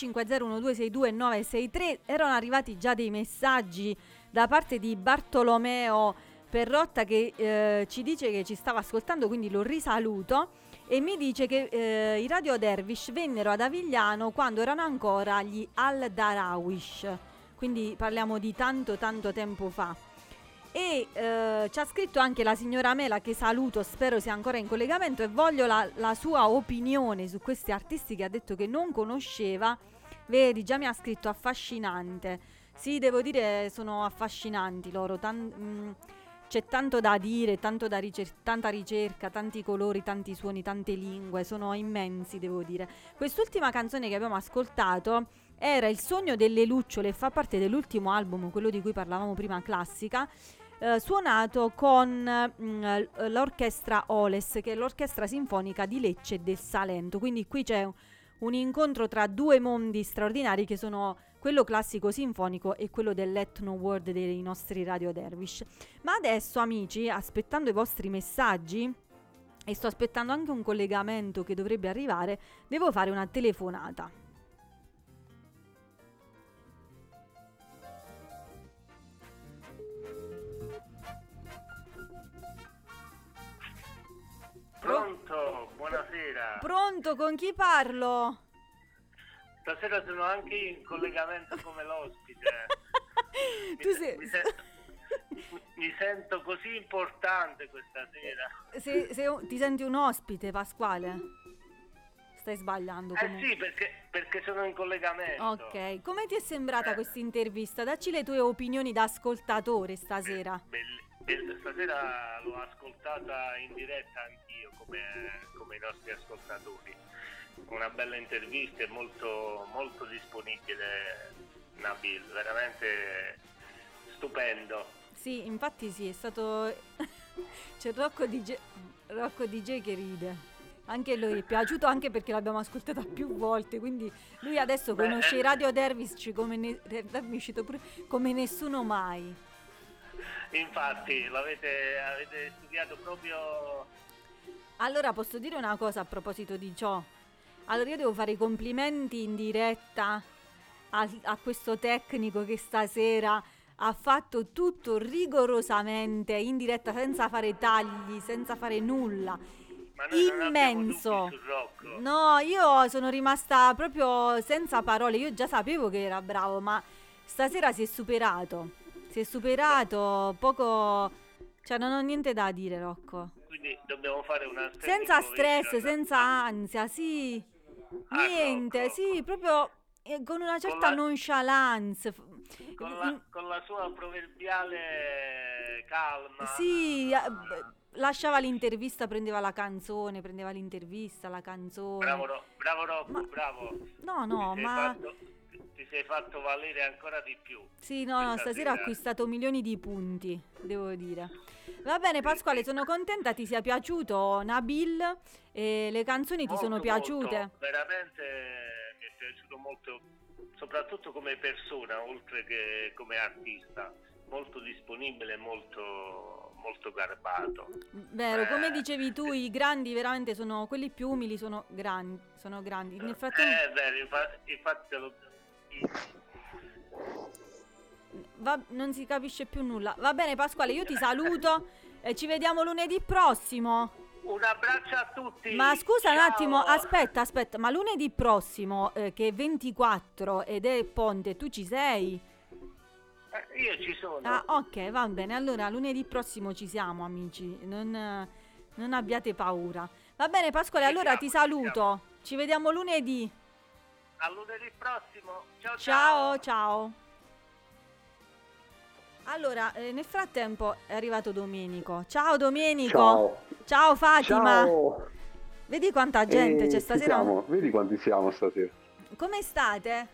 350-1262-963. Erano arrivati già dei messaggi da parte di Bartolomeo Perrotta che ci dice che ci stava ascoltando, quindi lo risaluto, e mi dice che i Radio Dervish vennero ad Avigliano quando erano ancora gli Al Darawish, quindi parliamo di tanto tempo fa. E ci ha scritto anche la signora Mela, che saluto, spero sia ancora in collegamento, e voglio la sua opinione su questi artisti che ha detto che non conosceva. Vedi, già mi ha scritto affascinante. Sì, devo dire, sono affascinanti loro, c'è tanto da dire, tanta ricerca, tanti colori, tanti suoni, tante lingue, sono immensi, devo dire. Quest'ultima canzone che abbiamo ascoltato era Il sogno delle lucciole, fa parte dell'ultimo album, quello di cui parlavamo prima, Classica, suonato con l'orchestra Oles, che è l'orchestra sinfonica di Lecce e del Salento. Quindi qui c'è un incontro tra due mondi straordinari, che sono quello classico sinfonico e quello dell'Ethno World dei nostri Radio Dervish. Ma adesso, amici, aspettando i vostri messaggi, e sto aspettando anche un collegamento che dovrebbe arrivare, devo fare una telefonata. Pronto, buonasera. Pronto, con chi parlo? Stasera sono anche io in collegamento come l'ospite. Mi sento così importante questa sera. Ti senti un ospite, Pasquale? Stai sbagliando comunque. Sì, perché sono in collegamento. Ok, come ti è sembrata questa intervista? Dacci le tue opinioni da ascoltatore stasera. Stasera l'ho ascoltata in diretta anch'io, come i nostri ascoltatori. Una bella intervista e molto, molto disponibile, Nabil, veramente stupendo. Sì, infatti sì, è stato... C'è Rocco DJ che ride. Anche lui è piaciuto, anche perché l'abbiamo ascoltata più volte, quindi lui adesso conosce i Radio Dervish come nessuno mai. Infatti, avete studiato proprio... Allora, posso dire una cosa a proposito di ciò? Allora, io devo fare i complimenti in diretta a questo tecnico che stasera ha fatto tutto rigorosamente in diretta, senza fare tagli, senza fare nulla. Ma noi immenso. Non abbiamo dubbi su Rocco. No, io sono rimasta proprio senza parole. Io già sapevo che era bravo, ma stasera si è superato, poco, cioè non ho niente da dire, Rocco. Quindi dobbiamo fare una senza stress, senza ansia, sì, niente, Rocco. Sì, proprio con una certa nonchalance, con la sua proverbiale calma. Sì, lasciava l'intervista, prendeva la canzone, prendeva l'intervista, la canzone. Bravo Rocco, bravo. No, ti sei fatto valere ancora di più. Sì, no, stasera ho acquistato milioni di punti, devo dire. Va bene, Pasquale, sono contenta ti sia piaciuto Nabil e le canzoni ti sono piaciute. Molto, veramente mi è piaciuto molto, soprattutto come persona, oltre che come artista. Molto disponibile, molto, molto garbato. Vero, come dicevi tu, i grandi veramente sono quelli più umili, sono grandi. Nel frattempo... È vero, infatti non si capisce più nulla. Va bene, Pasquale, io ti saluto e ci vediamo lunedì prossimo. Un abbraccio a tutti. Ma scusa, ciao. Un attimo, aspetta, ma lunedì prossimo, che è 24 ed è Ponte, tu ci sei? Io ci sono. Ah, ok, va bene. Allora lunedì prossimo ci siamo, amici. Non abbiate paura. Va bene, Pasquale, allora ti saluto. Ci vediamo lunedì. A lunedì prossimo. Ciao. Allora, nel frattempo è arrivato Domenico. Ciao Domenico. Ciao Fatima. Ciao. Vedi quanta gente c'è stasera? Vedi quanti siamo stasera. Come state?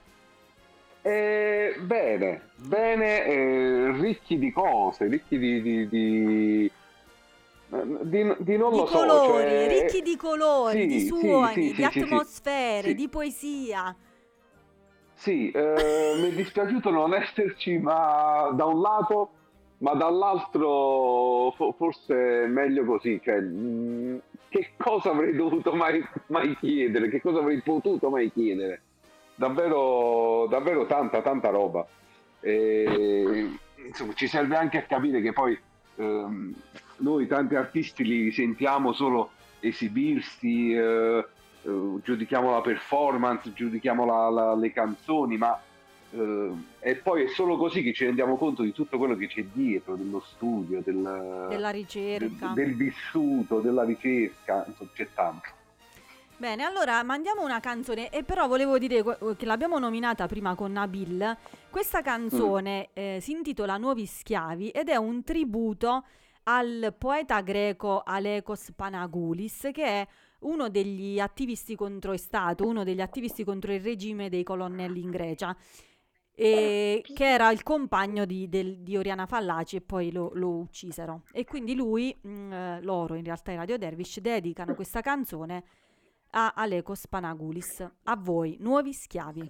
Bene, ricchi di cose, ricchi di non lo so, colori, ricchi di colori, sì, di suoni, di sì, atmosfere, sì. di poesia. Sì, mi è dispiaciuto non esserci, ma da un lato, ma dall'altro forse meglio così, cioè che cosa avrei dovuto mai chiedere, che cosa avrei potuto mai chiedere? Davvero tanta roba. Insomma, ci serve anche a capire che poi noi tanti artisti li sentiamo solo esibirsi, giudichiamo la performance, giudichiamo le canzoni, ma e poi è solo così che ci rendiamo conto di tutto quello che c'è dietro, dello studio, della ricerca. del vissuto, della ricerca, insomma, c'è tanto. Bene, allora mandiamo una canzone, e però volevo dire che l'abbiamo nominata prima con Nabil. Questa canzone si intitola Nuovi Schiavi ed è un tributo al poeta greco Alekos Panagoulis, che è uno degli attivisti è stato uno degli attivisti contro il regime dei colonnelli in Grecia, che era il compagno di Oriana Fallaci, e poi lo uccisero. E quindi loro in realtà i Radio Dervish dedicano questa canzone a Alekos Panagoulis. A voi, Nuovi Schiavi.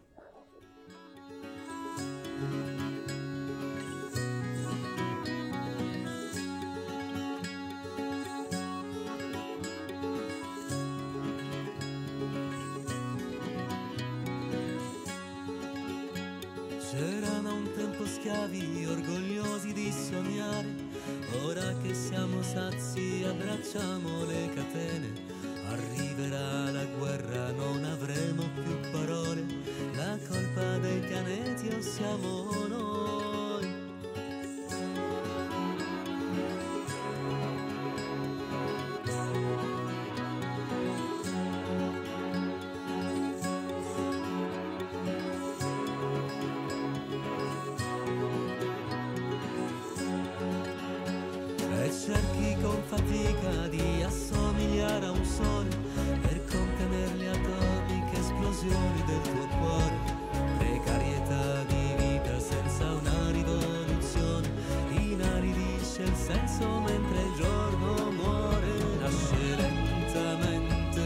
C'erano un tempo schiavi orgogliosi di sognare, ora che siamo sazi abbracciamo le catene. Arriverà la guerra, non avremo più parole, la colpa dei pianeti o siamo noi. E cerchi con fatica di assomigliare a un sole per contenere le atomiche esplosioni del tuo cuore. Precarietà di vita senza una rivoluzione, inaridisce il senso mentre il giorno muore. Nasce lentamente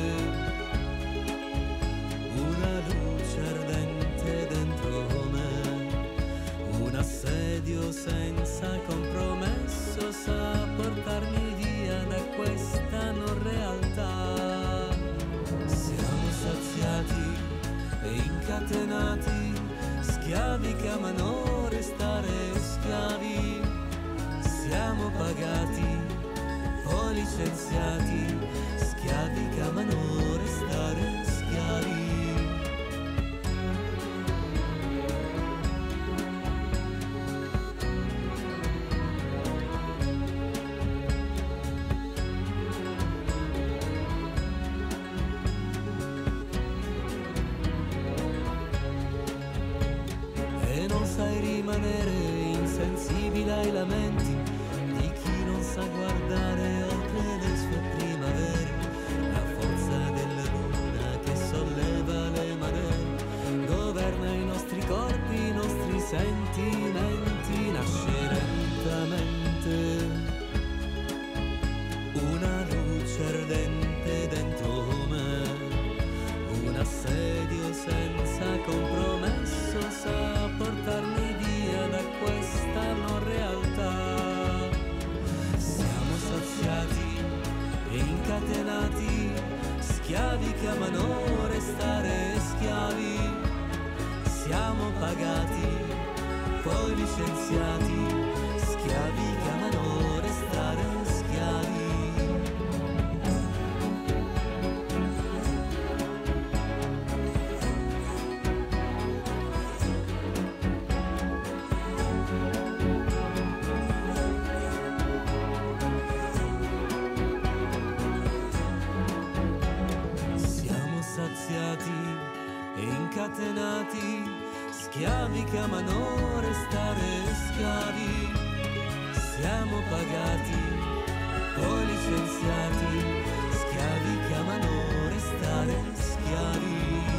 una luce ardente dentro me, un assedio senza compromesso sa portarmi via da questa non realtà. Siamo saziati e incatenati, schiavi che amano restare schiavi. Siamo pagati, poi licenziati, schiavi che amano restare schiavi. Sai rimanere insensibile ai lamenti di chi non sa guardare oltre le sue primavere. La forza della luna che solleva le maree governa i nostri corpi, i nostri sentimenti. Nasce lentamente una luce ardente dentro me, un assedio senza compromesso sa portarmi via da questa non realtà. Siamo saziati e incatenati, schiavi che amano restare schiavi. Siamo pagati, poi licenziati, schiavi che amano restare schiavi. E incatenati, schiavi che amano restare schiavi. Siamo pagati, poi licenziati, schiavi che amano restare schiavi.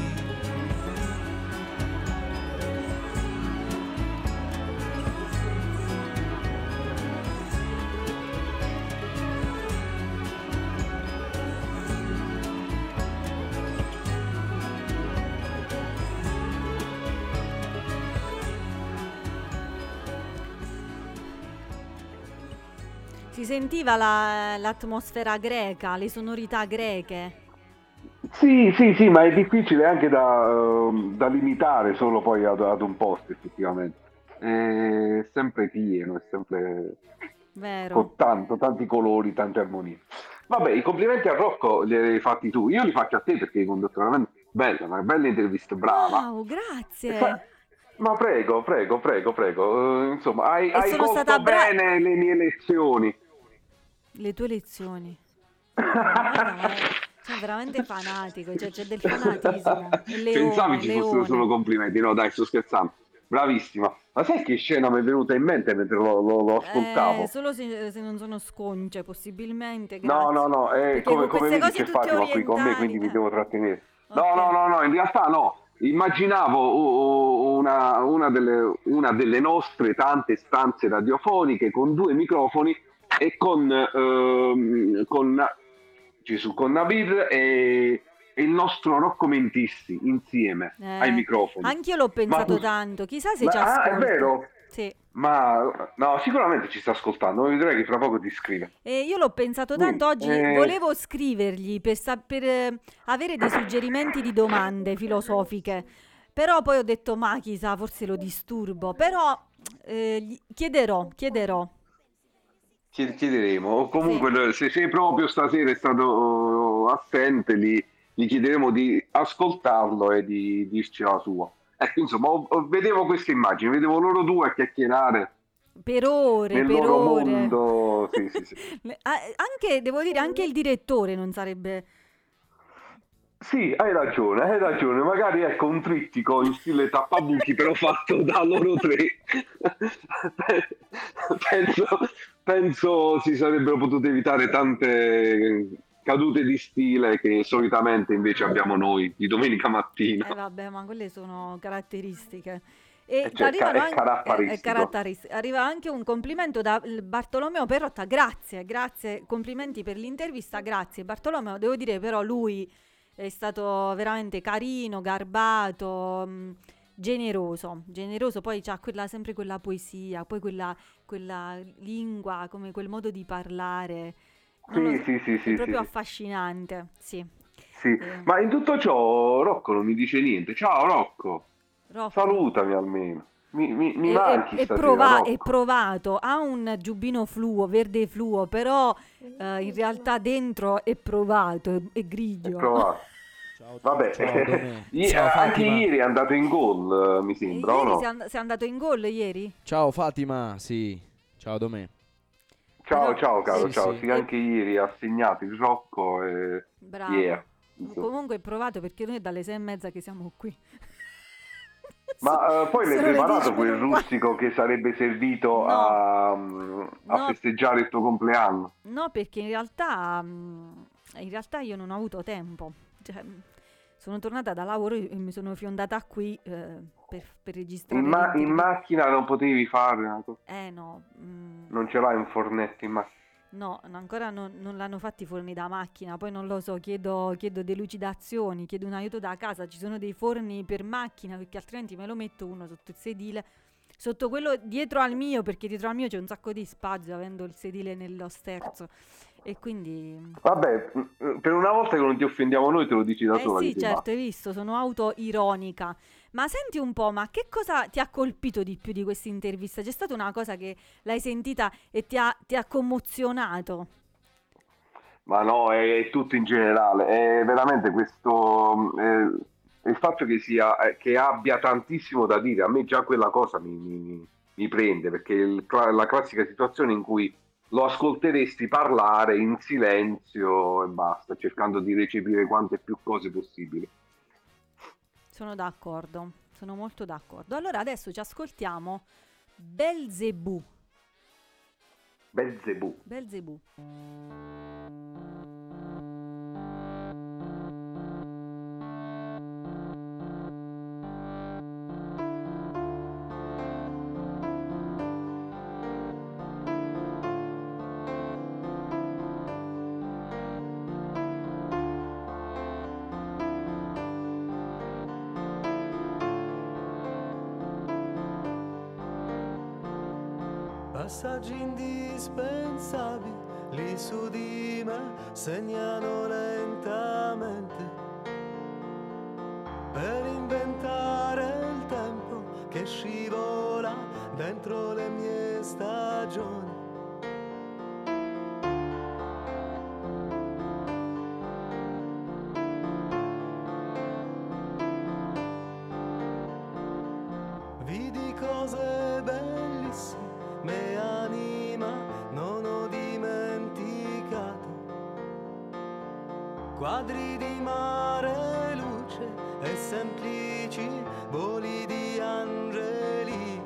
Si sentiva l'atmosfera greca, le sonorità greche. Sì, sì, sì, ma è difficile anche da limitare solo poi ad un posto, effettivamente. È sempre pieno, è sempre... Vero. con tanti colori, tante armonie. Vabbè, i complimenti a Rocco li hai fatti tu, io li faccio a te perché hai condotto veramente bella, una bella intervista, brava. Wow, E grazie. Ma prego, prego, prego, prego. Insomma, E hai sono stata colto bene le mie lezioni. Le tue lezioni. Guarda, ma cioè, veramente fanatico, cioè, c'è del fanatismo. Il Pensavi leone, ci fossero leone. solo complimenti? No, dai, sto scherzando. Bravissima. Ma sai che scena mi è venuta in mente mentre lo ascoltavo? Solo se non sono sconce, possibilmente, No, no, grazie. no, Perché come, con come queste vedi cose c'è tutte Fatima qui con me, orientali. quindi mi devo trattenere. No, no, Ok. no, no, in realtà no. Immaginavo una delle nostre tante stanze radiofoniche con due microfoni e con Gesù, con Nabir e il nostro Rocco Mentissi insieme ai microfoni. Anch'io l'ho Ma tu, pensato tanto, chissà se ci è ascolta. vero? Sì. Ma no, sicuramente ci sta ascoltando, vedrai che fra poco ti scrive. Io l'ho pensato tanto, Niente, oggi volevo scrivergli per avere dei suggerimenti di domande filosofiche, però poi ho detto, ma chissà, forse lo disturbo, però chiederò, chiederemo. O sì, comunque, se proprio stasera è stato assente, gli chiederemo di ascoltarlo e di dirci la sua. Ecco, insomma, vedevo queste immagini, vedevo loro due a chiacchierare nel per loro ore. mondo. Sì, sì, sì. Anche, devo dire, anche il direttore non sarebbe... Sì, hai ragione. Magari ecco un trittico in stile tappabuchi, però fatto da loro tre. penso, penso si sarebbero potute evitare tante cadute di stile che solitamente invece abbiamo noi di domenica mattina. Vabbè, ma quelle sono caratteristiche. E Cioè, arrivano è anche, caratteristico. arriva anche un complimento da Bartolomeo Perotta. Grazie, grazie, complimenti per l'intervista, grazie Bartolomeo. Devo dire però lui è stato veramente carino, garbato, generoso. Poi c'ha sempre quella poesia, poi quella lingua, come quel modo di parlare. Non lo Sì, so, sì, sì, è sì, sì, proprio sì. affascinante, sì. Sì. Eh, Ma in tutto ciò Rocco non mi dice niente. Ciao Rocco, Rocco. salutami almeno. Mi manchi stasera, È Rocco. provato, ha un giubbino fluo, verde fluo, però in realtà dentro è provato, è È grigio. provato. Vabbè, Ciao Domè. Ciao anche Fatima. ieri è andato in gol, mi sembra, o Ieri no? sei andato in gol ieri? Ciao Fatima, sì. Ciao Domè. Ciao, Però ciao caro, Sì, ciao. sì. Sì, anche ieri ha segnato il Rocco e... Bravo. Yeah. Insomma. Comunque è provato perché noi è dalle 6:30 che siamo qui. Ma poi l'hai Sono le 10 preparato meno quel un quarto. rustico che sarebbe servito No, a no, festeggiare il tuo compleanno? no, perché in realtà io non ho avuto tempo. Cioè, sono tornata da lavoro e mi sono fiondata qui per registrare In l'intervista. macchina non potevi fare una cosa? No, Non ce l'hai un fornetto in macchina? no, ancora non l'hanno fatti i forni da macchina, poi non lo so, chiedo delucidazioni, chiedo un aiuto da casa, ci sono dei forni per macchina perché altrimenti me lo metto uno sotto il sedile, sotto quello dietro al mio perché dietro al mio c'è un sacco di spazio avendo il sedile nello sterzo e quindi... Vabbè, per una volta che non ti offendiamo noi te lo dici da Eh sola che sì, ti certo, basta. hai visto, sono autoironica. Ma senti un po', ma che cosa ti ha colpito di più di questa intervista? C'è stata una cosa che l'hai sentita e ti ha commozionato? Ma no, è tutto in generale, è veramente questo, il fatto che che abbia tantissimo da dire, a me già quella cosa mi prende, perché la classica situazione in cui lo ascolteresti parlare in silenzio e basta, cercando di recepire quante più cose possibili. Sono d'accordo, sono molto d'accordo. Allora adesso ci ascoltiamo Belzebù. Belzebù. Belzebù. Passaggi indispensabili su di me segnano lentamente per inventare il tempo che scivola dentro le mie stagioni. quadri di mare, luce e semplici voli di angeli,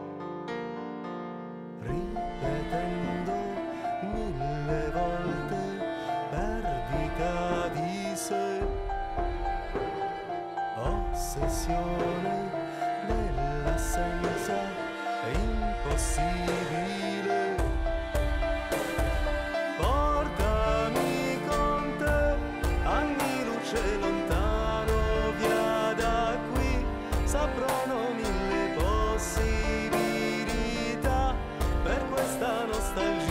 ripetendo 1000 volte perdita di sé, ossessione dell'assenza impossibile. Portami con te, anni luce lontano, via da qui, s'aprono 1000 possibilità per questa nostalgia.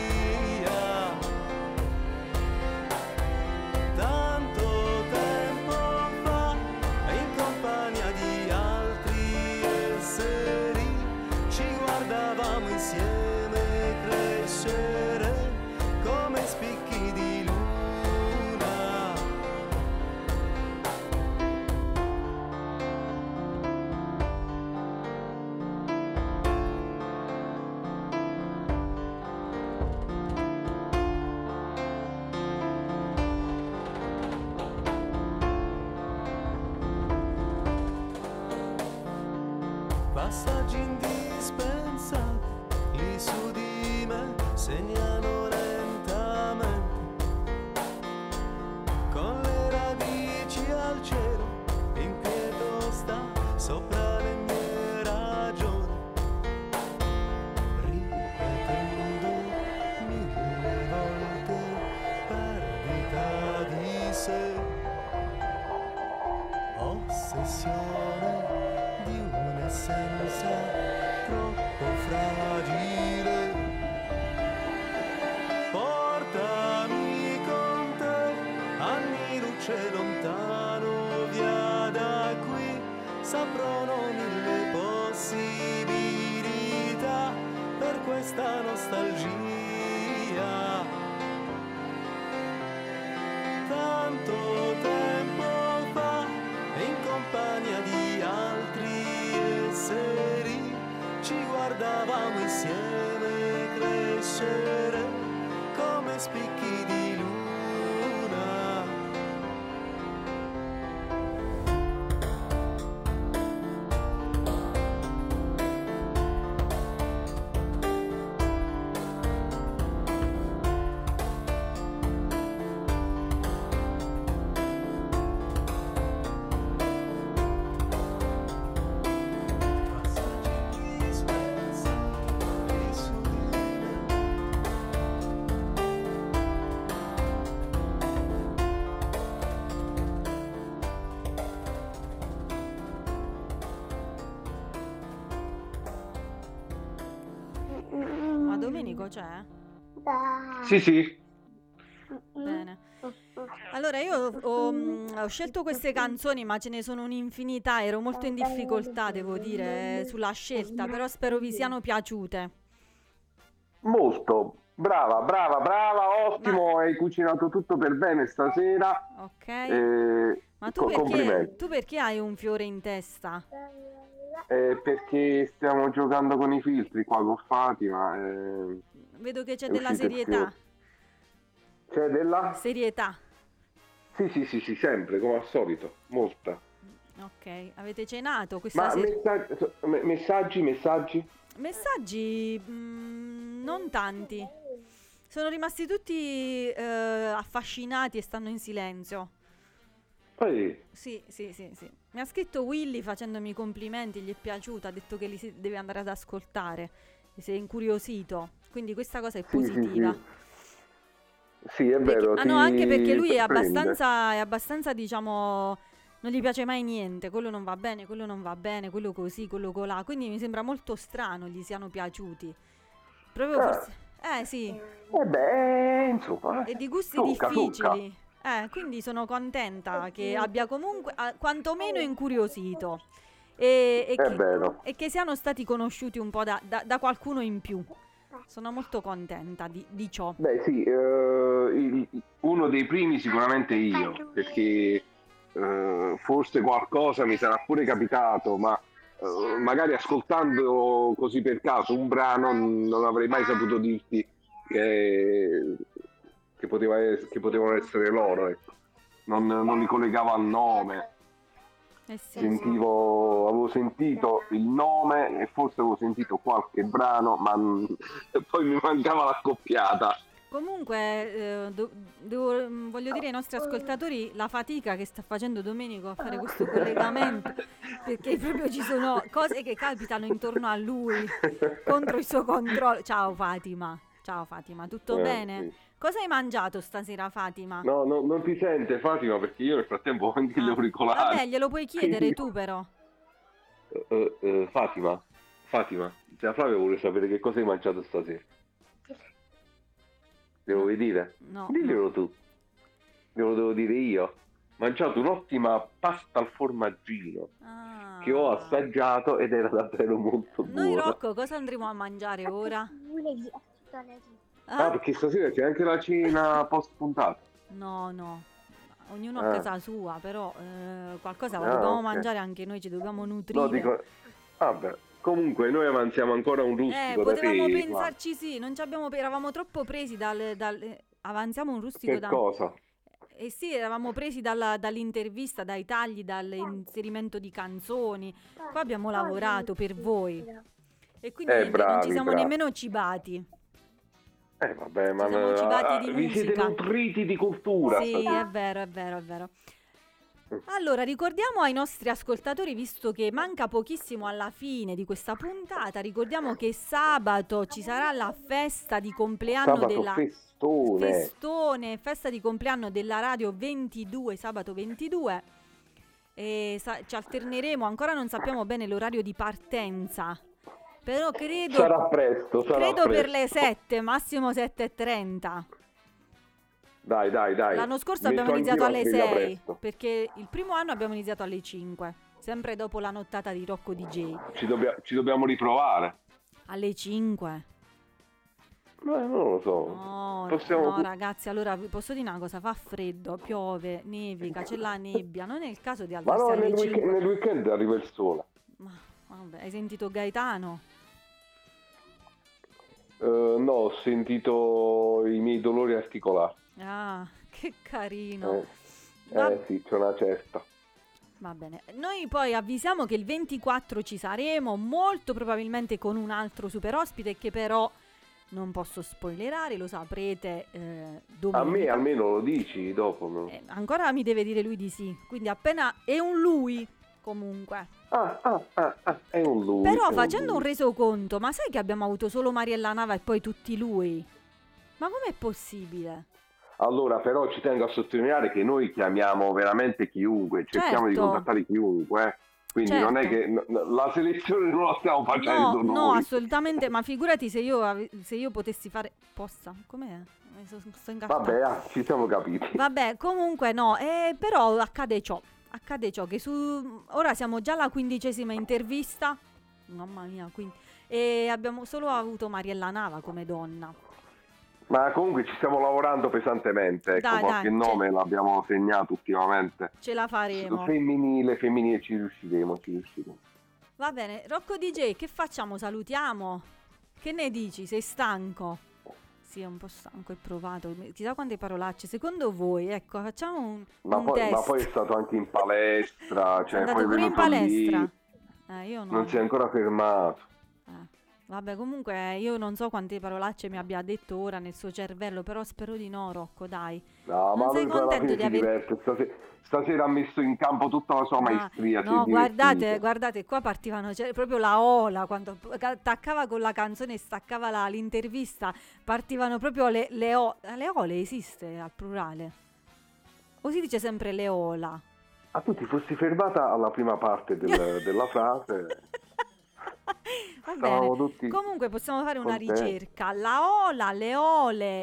Tanto tempo fa, in compagnia di altri esseri, ci guardavamo insieme crescere come spicchi di luna. Passaggi indispensabili su di me segnano lentamente, con le radici al cielo, inquieto sta sopra le mie ragioni, ripetendo 1000 volte perdita di sé, ossessione di un'essenza troppo fragile. Portami con te, anni luce lontano, via da qui, s'aprono 1000 possibilità per questa nostalgia. Tanto tempo fa, in compagnia di altri esseri, ci guardavamo insieme crescere come spicchi di luna. Ma Domenico c'è? Sì, sì. Bene. Allora io ho scelto queste canzoni, ma ce ne sono un'infinità, ero molto in difficoltà, devo dire, sulla scelta, però spero vi siano piaciute. Molto. Brava, brava, brava, ottimo, hai cucinato tutto per bene stasera. Ok. Ma Complimenti. tu perché hai un fiore in testa? Perché stiamo giocando con i filtri qua con Fatima. Vedo che c'è è della uscito il serietà. C'è della? Serietà. Sì, sempre, come al solito, molta. Ok, avete cenato questa Ma sera? messaggi? Messaggi non tanti. Sono rimasti tutti affascinati e stanno in silenzio. Poi, Sì. Mi ha scritto Willy facendomi i complimenti, gli è piaciuto, ha detto che deve andare ad ascoltare, si è incuriosito, quindi questa cosa è positiva. sì, è vero. No, anche perché lui è prende. abbastanza, diciamo, non gli piace mai niente, quello non va bene, quello così, quello colà, quindi mi sembra molto strano gli siano piaciuti. Proprio forse... sì. Insomma, E di gusti tocca. difficili. Quindi sono contenta che abbia comunque quantomeno incuriosito È vero. e che siano stati conosciuti un po' da qualcuno in più. Sono molto contenta di ciò. Beh, sì, uno dei primi sicuramente io, perché forse qualcosa mi sarà pure capitato, ma magari ascoltando così per caso un brano non avrei mai saputo dirti che potevano essere loro, ecco. non li collegavo al nome. Sì. Avevo sentito il nome e forse avevo sentito qualche brano, ma poi mi mancava l'accoppiata. Comunque, voglio dire ai nostri ascoltatori la fatica che sta facendo Domenico a fare questo collegamento, perché proprio ci sono cose che capitano intorno a lui, contro il suo controllo. Ciao Fatima, tutto bene? Sì. Cosa hai mangiato stasera, Fatima? No, non ti sente Fatima perché io nel frattempo ho anche gli auricolari. Vabbè, glielo puoi chiedere tu però. Fatima, zia Flavia vuole sapere che cosa hai mangiato stasera. Devo dire? No. Diglielo tu. Glielo devo dire io. Ho mangiato un'ottima pasta al formaggino che ho assaggiato ed era davvero molto buona. Noi, Rocco, cosa andremo a mangiare ora? Perché stasera c'è anche la cena post puntata. No. Ognuno a casa sua, però qualcosa dobbiamo mangiare anche noi, ci dobbiamo nutrire. No, dico... Vabbè. Comunque noi avanziamo ancora un rustico da te. Potevamo pensarci, sì, non ci abbiamo, eravamo troppo presi avanziamo un rustico che cosa? Sì, eravamo presi dall'intervista, dai tagli, dall'inserimento di canzoni. Qua abbiamo lavorato per voi e quindi non ci siamo nemmeno cibati. Vabbè, ma siamo cibati di vi musica. siete nutriti di cultura. Sì, è vero. Allora, ricordiamo ai nostri ascoltatori, visto che manca pochissimo alla fine di questa puntata, ricordiamo che sabato ci sarà la festa di compleanno festa di compleanno della Radio 22, sabato 22. E ci alterneremo, ancora non sappiamo bene l'orario di partenza, però credo sarà presto. Per le 7, massimo 7:30. Dai. L'anno scorso abbiamo iniziato alle 6, perché il primo anno abbiamo iniziato alle 5, sempre dopo la nottata di Rocco DJ. Ci dobbiamo riprovare. Alle 5? Non lo so. No, ragazzi, allora posso dire una cosa, fa freddo, piove, nevica, c'è la nebbia, non è il caso di alzarsi alle 5. Nel weekend arriva il sole. Ma vabbè, hai sentito Gaetano? No, ho sentito i miei dolori articolari. Ah, che carino. Sì, c'è una certa. Va bene, noi poi avvisiamo che il 24 ci saremo, molto probabilmente con un altro super ospite che però non posso spoilerare, lo saprete domenica. A me almeno lo dici dopo. No? Ancora mi deve dire lui di sì, quindi appena è un lui comunque. È un lui. Però facendo un resoconto, ma sai che abbiamo avuto solo Mariella Nava e poi tutti lui? Ma com'è possibile? Allora, però ci tengo a sottolineare che noi chiamiamo veramente chiunque, cerchiamo di contattare chiunque, quindi non è che la selezione non la stiamo facendo noi. No, assolutamente, ma figurati se io potessi fare... Possa? Com'è? Sto incastrata. Vabbè, ci siamo capiti. Vabbè, comunque no, però accade ciò che ora siamo già alla 15ª intervista, mamma mia, e abbiamo solo avuto Mariella Nava come donna. Ma comunque ci stiamo lavorando pesantemente, qualche nome l'abbiamo segnato ultimamente. Ce la faremo. Femminile ci riusciremo. Va bene, Rocco DJ, che facciamo? Salutiamo? Che ne dici? Sei stanco? Sì, è un po' stanco e provato. Chissà quante parolacce. Secondo voi, ecco, facciamo un test. Ma poi è stato anche in palestra. È andato pure in palestra. Io no. Non si è ancora fermato. Vabbè, comunque io non so quante parolacce mi abbia detto ora nel suo cervello, però spero di no, Rocco, dai. No, non sei contento di aver... Stasera ha messo in campo tutta la sua maestria. No, guardate, qua partivano, c'era proprio la ola, quando attaccava con la canzone e staccava l'intervista, partivano proprio le ole, esiste al plurale? O si dice sempre le ola? Tu ti fossi fermata alla prima parte della frase... Va bene. Comunque possiamo fare una ricerca. La ola, le ole,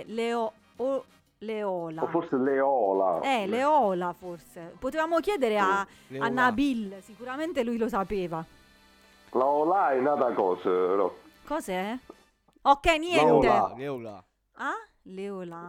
leola. O forse leola. Leola forse. Potevamo chiedere a Nabil, sicuramente lui lo sapeva. La ola è nata cosa, no? Cos'è? Ok, niente. Leola. Leola.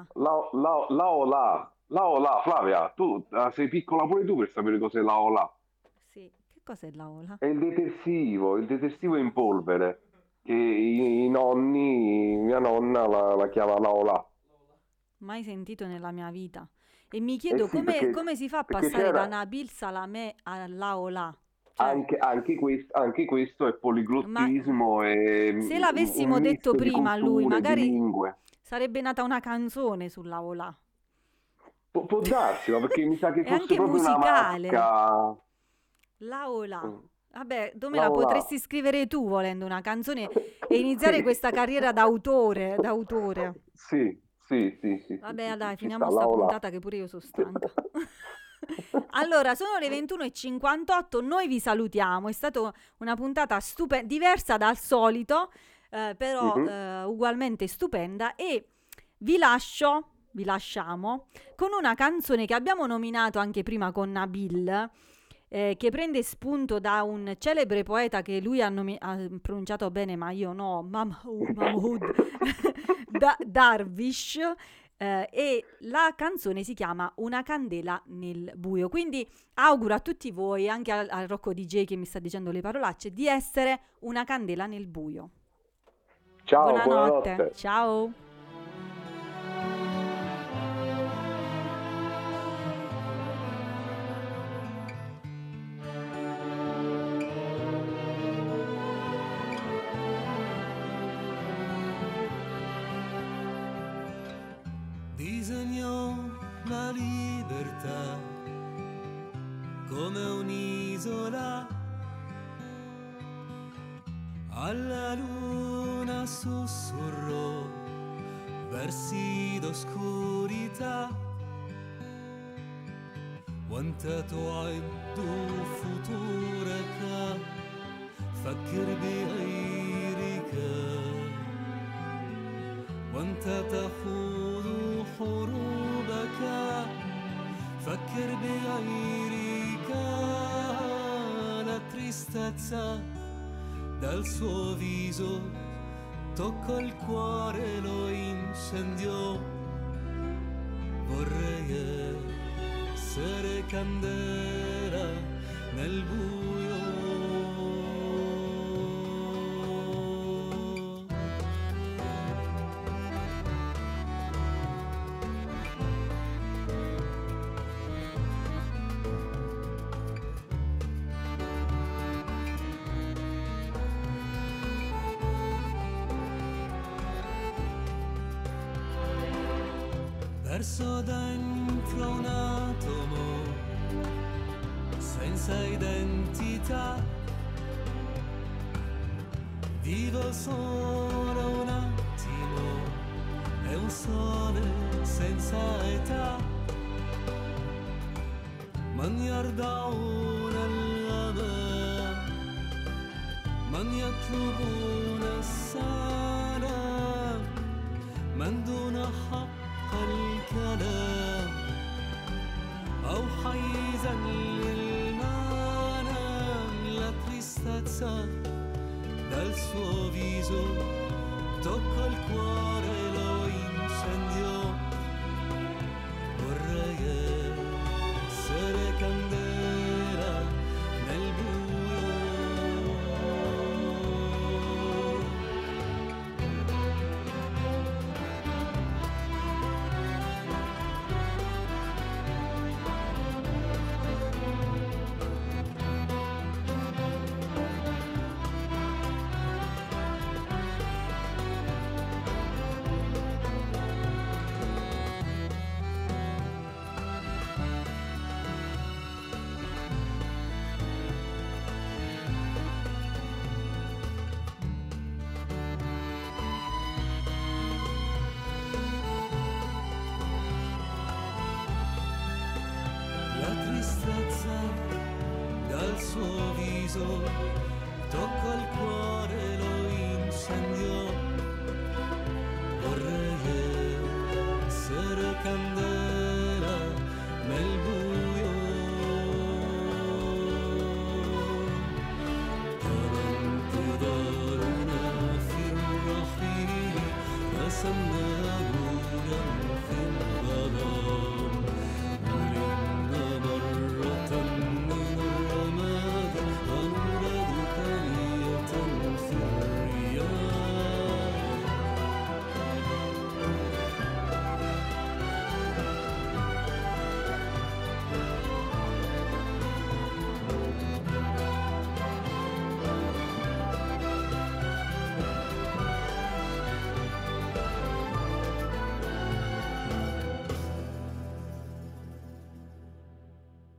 La ola, Flavia, tu sei piccola pure tu per sapere cos'è la ola. Sì. Cos'è la ola? È il detersivo in polvere che i nonni, mia nonna la chiama la ola. mai sentito nella mia vita. E mi chiedo sì, perché, come si fa a perché passare da c'era Nabil Salamé a Laolà. Cioè, anche questo è ma poliglottismo e se un l'avessimo detto misto di prima a lui, culture, di magari lingue. sarebbe nata una canzone su Laolà. Può darsi, ma perché mi sa che È fosse anche proprio una musicale. marca. Laolà. Vabbè, Là me la o là. potresti scrivere tu volendo una canzone e iniziare questa carriera d'autore. Sì, Vabbè, dai, ci finiamo sta, sta là o là. puntata che pure io sono stanca. Allora, sono le 21:58, noi vi salutiamo. È stata una puntata diversa dal solito, però Mhm. ugualmente stupenda. E vi lasciamo con una canzone che abbiamo nominato anche prima con Nabil, che prende spunto da un celebre poeta che lui ha pronunciato bene, ma io no, Mahmoud Darwish. E la canzone si chiama Una candela nel buio. Quindi auguro a tutti voi, anche al Rocco DJ che mi sta dicendo le parolacce, di essere una candela nel buio. Ciao, Buonanotte. buonanotte. Ciao. Disegnò la libertà come un'isola, alla luna sussurrò versi d'oscurità. وانت تعد فطورك فكر بغيرك وانت تخوض حروبك فكر بغيرك. La tristezza dal suo viso toccò il cuore, lo incendiò. Vorrei essere candela nel buio. Perso dentro un atomo senza identità, vivo solo un attimo e un sole senza età. من يرضعون الغباء من يطلبون السلام من دون حق الكلام أو حيزا للمنام. La tristezza dal suo viso toccò il cuore, lo incendiò. Vorrei essere candela nel buio. La tristezza dal suo viso toccò il cuore, lo incendiò. Vorrei essere candela nel buio. كلمت دارنا في الرحيل رسمنا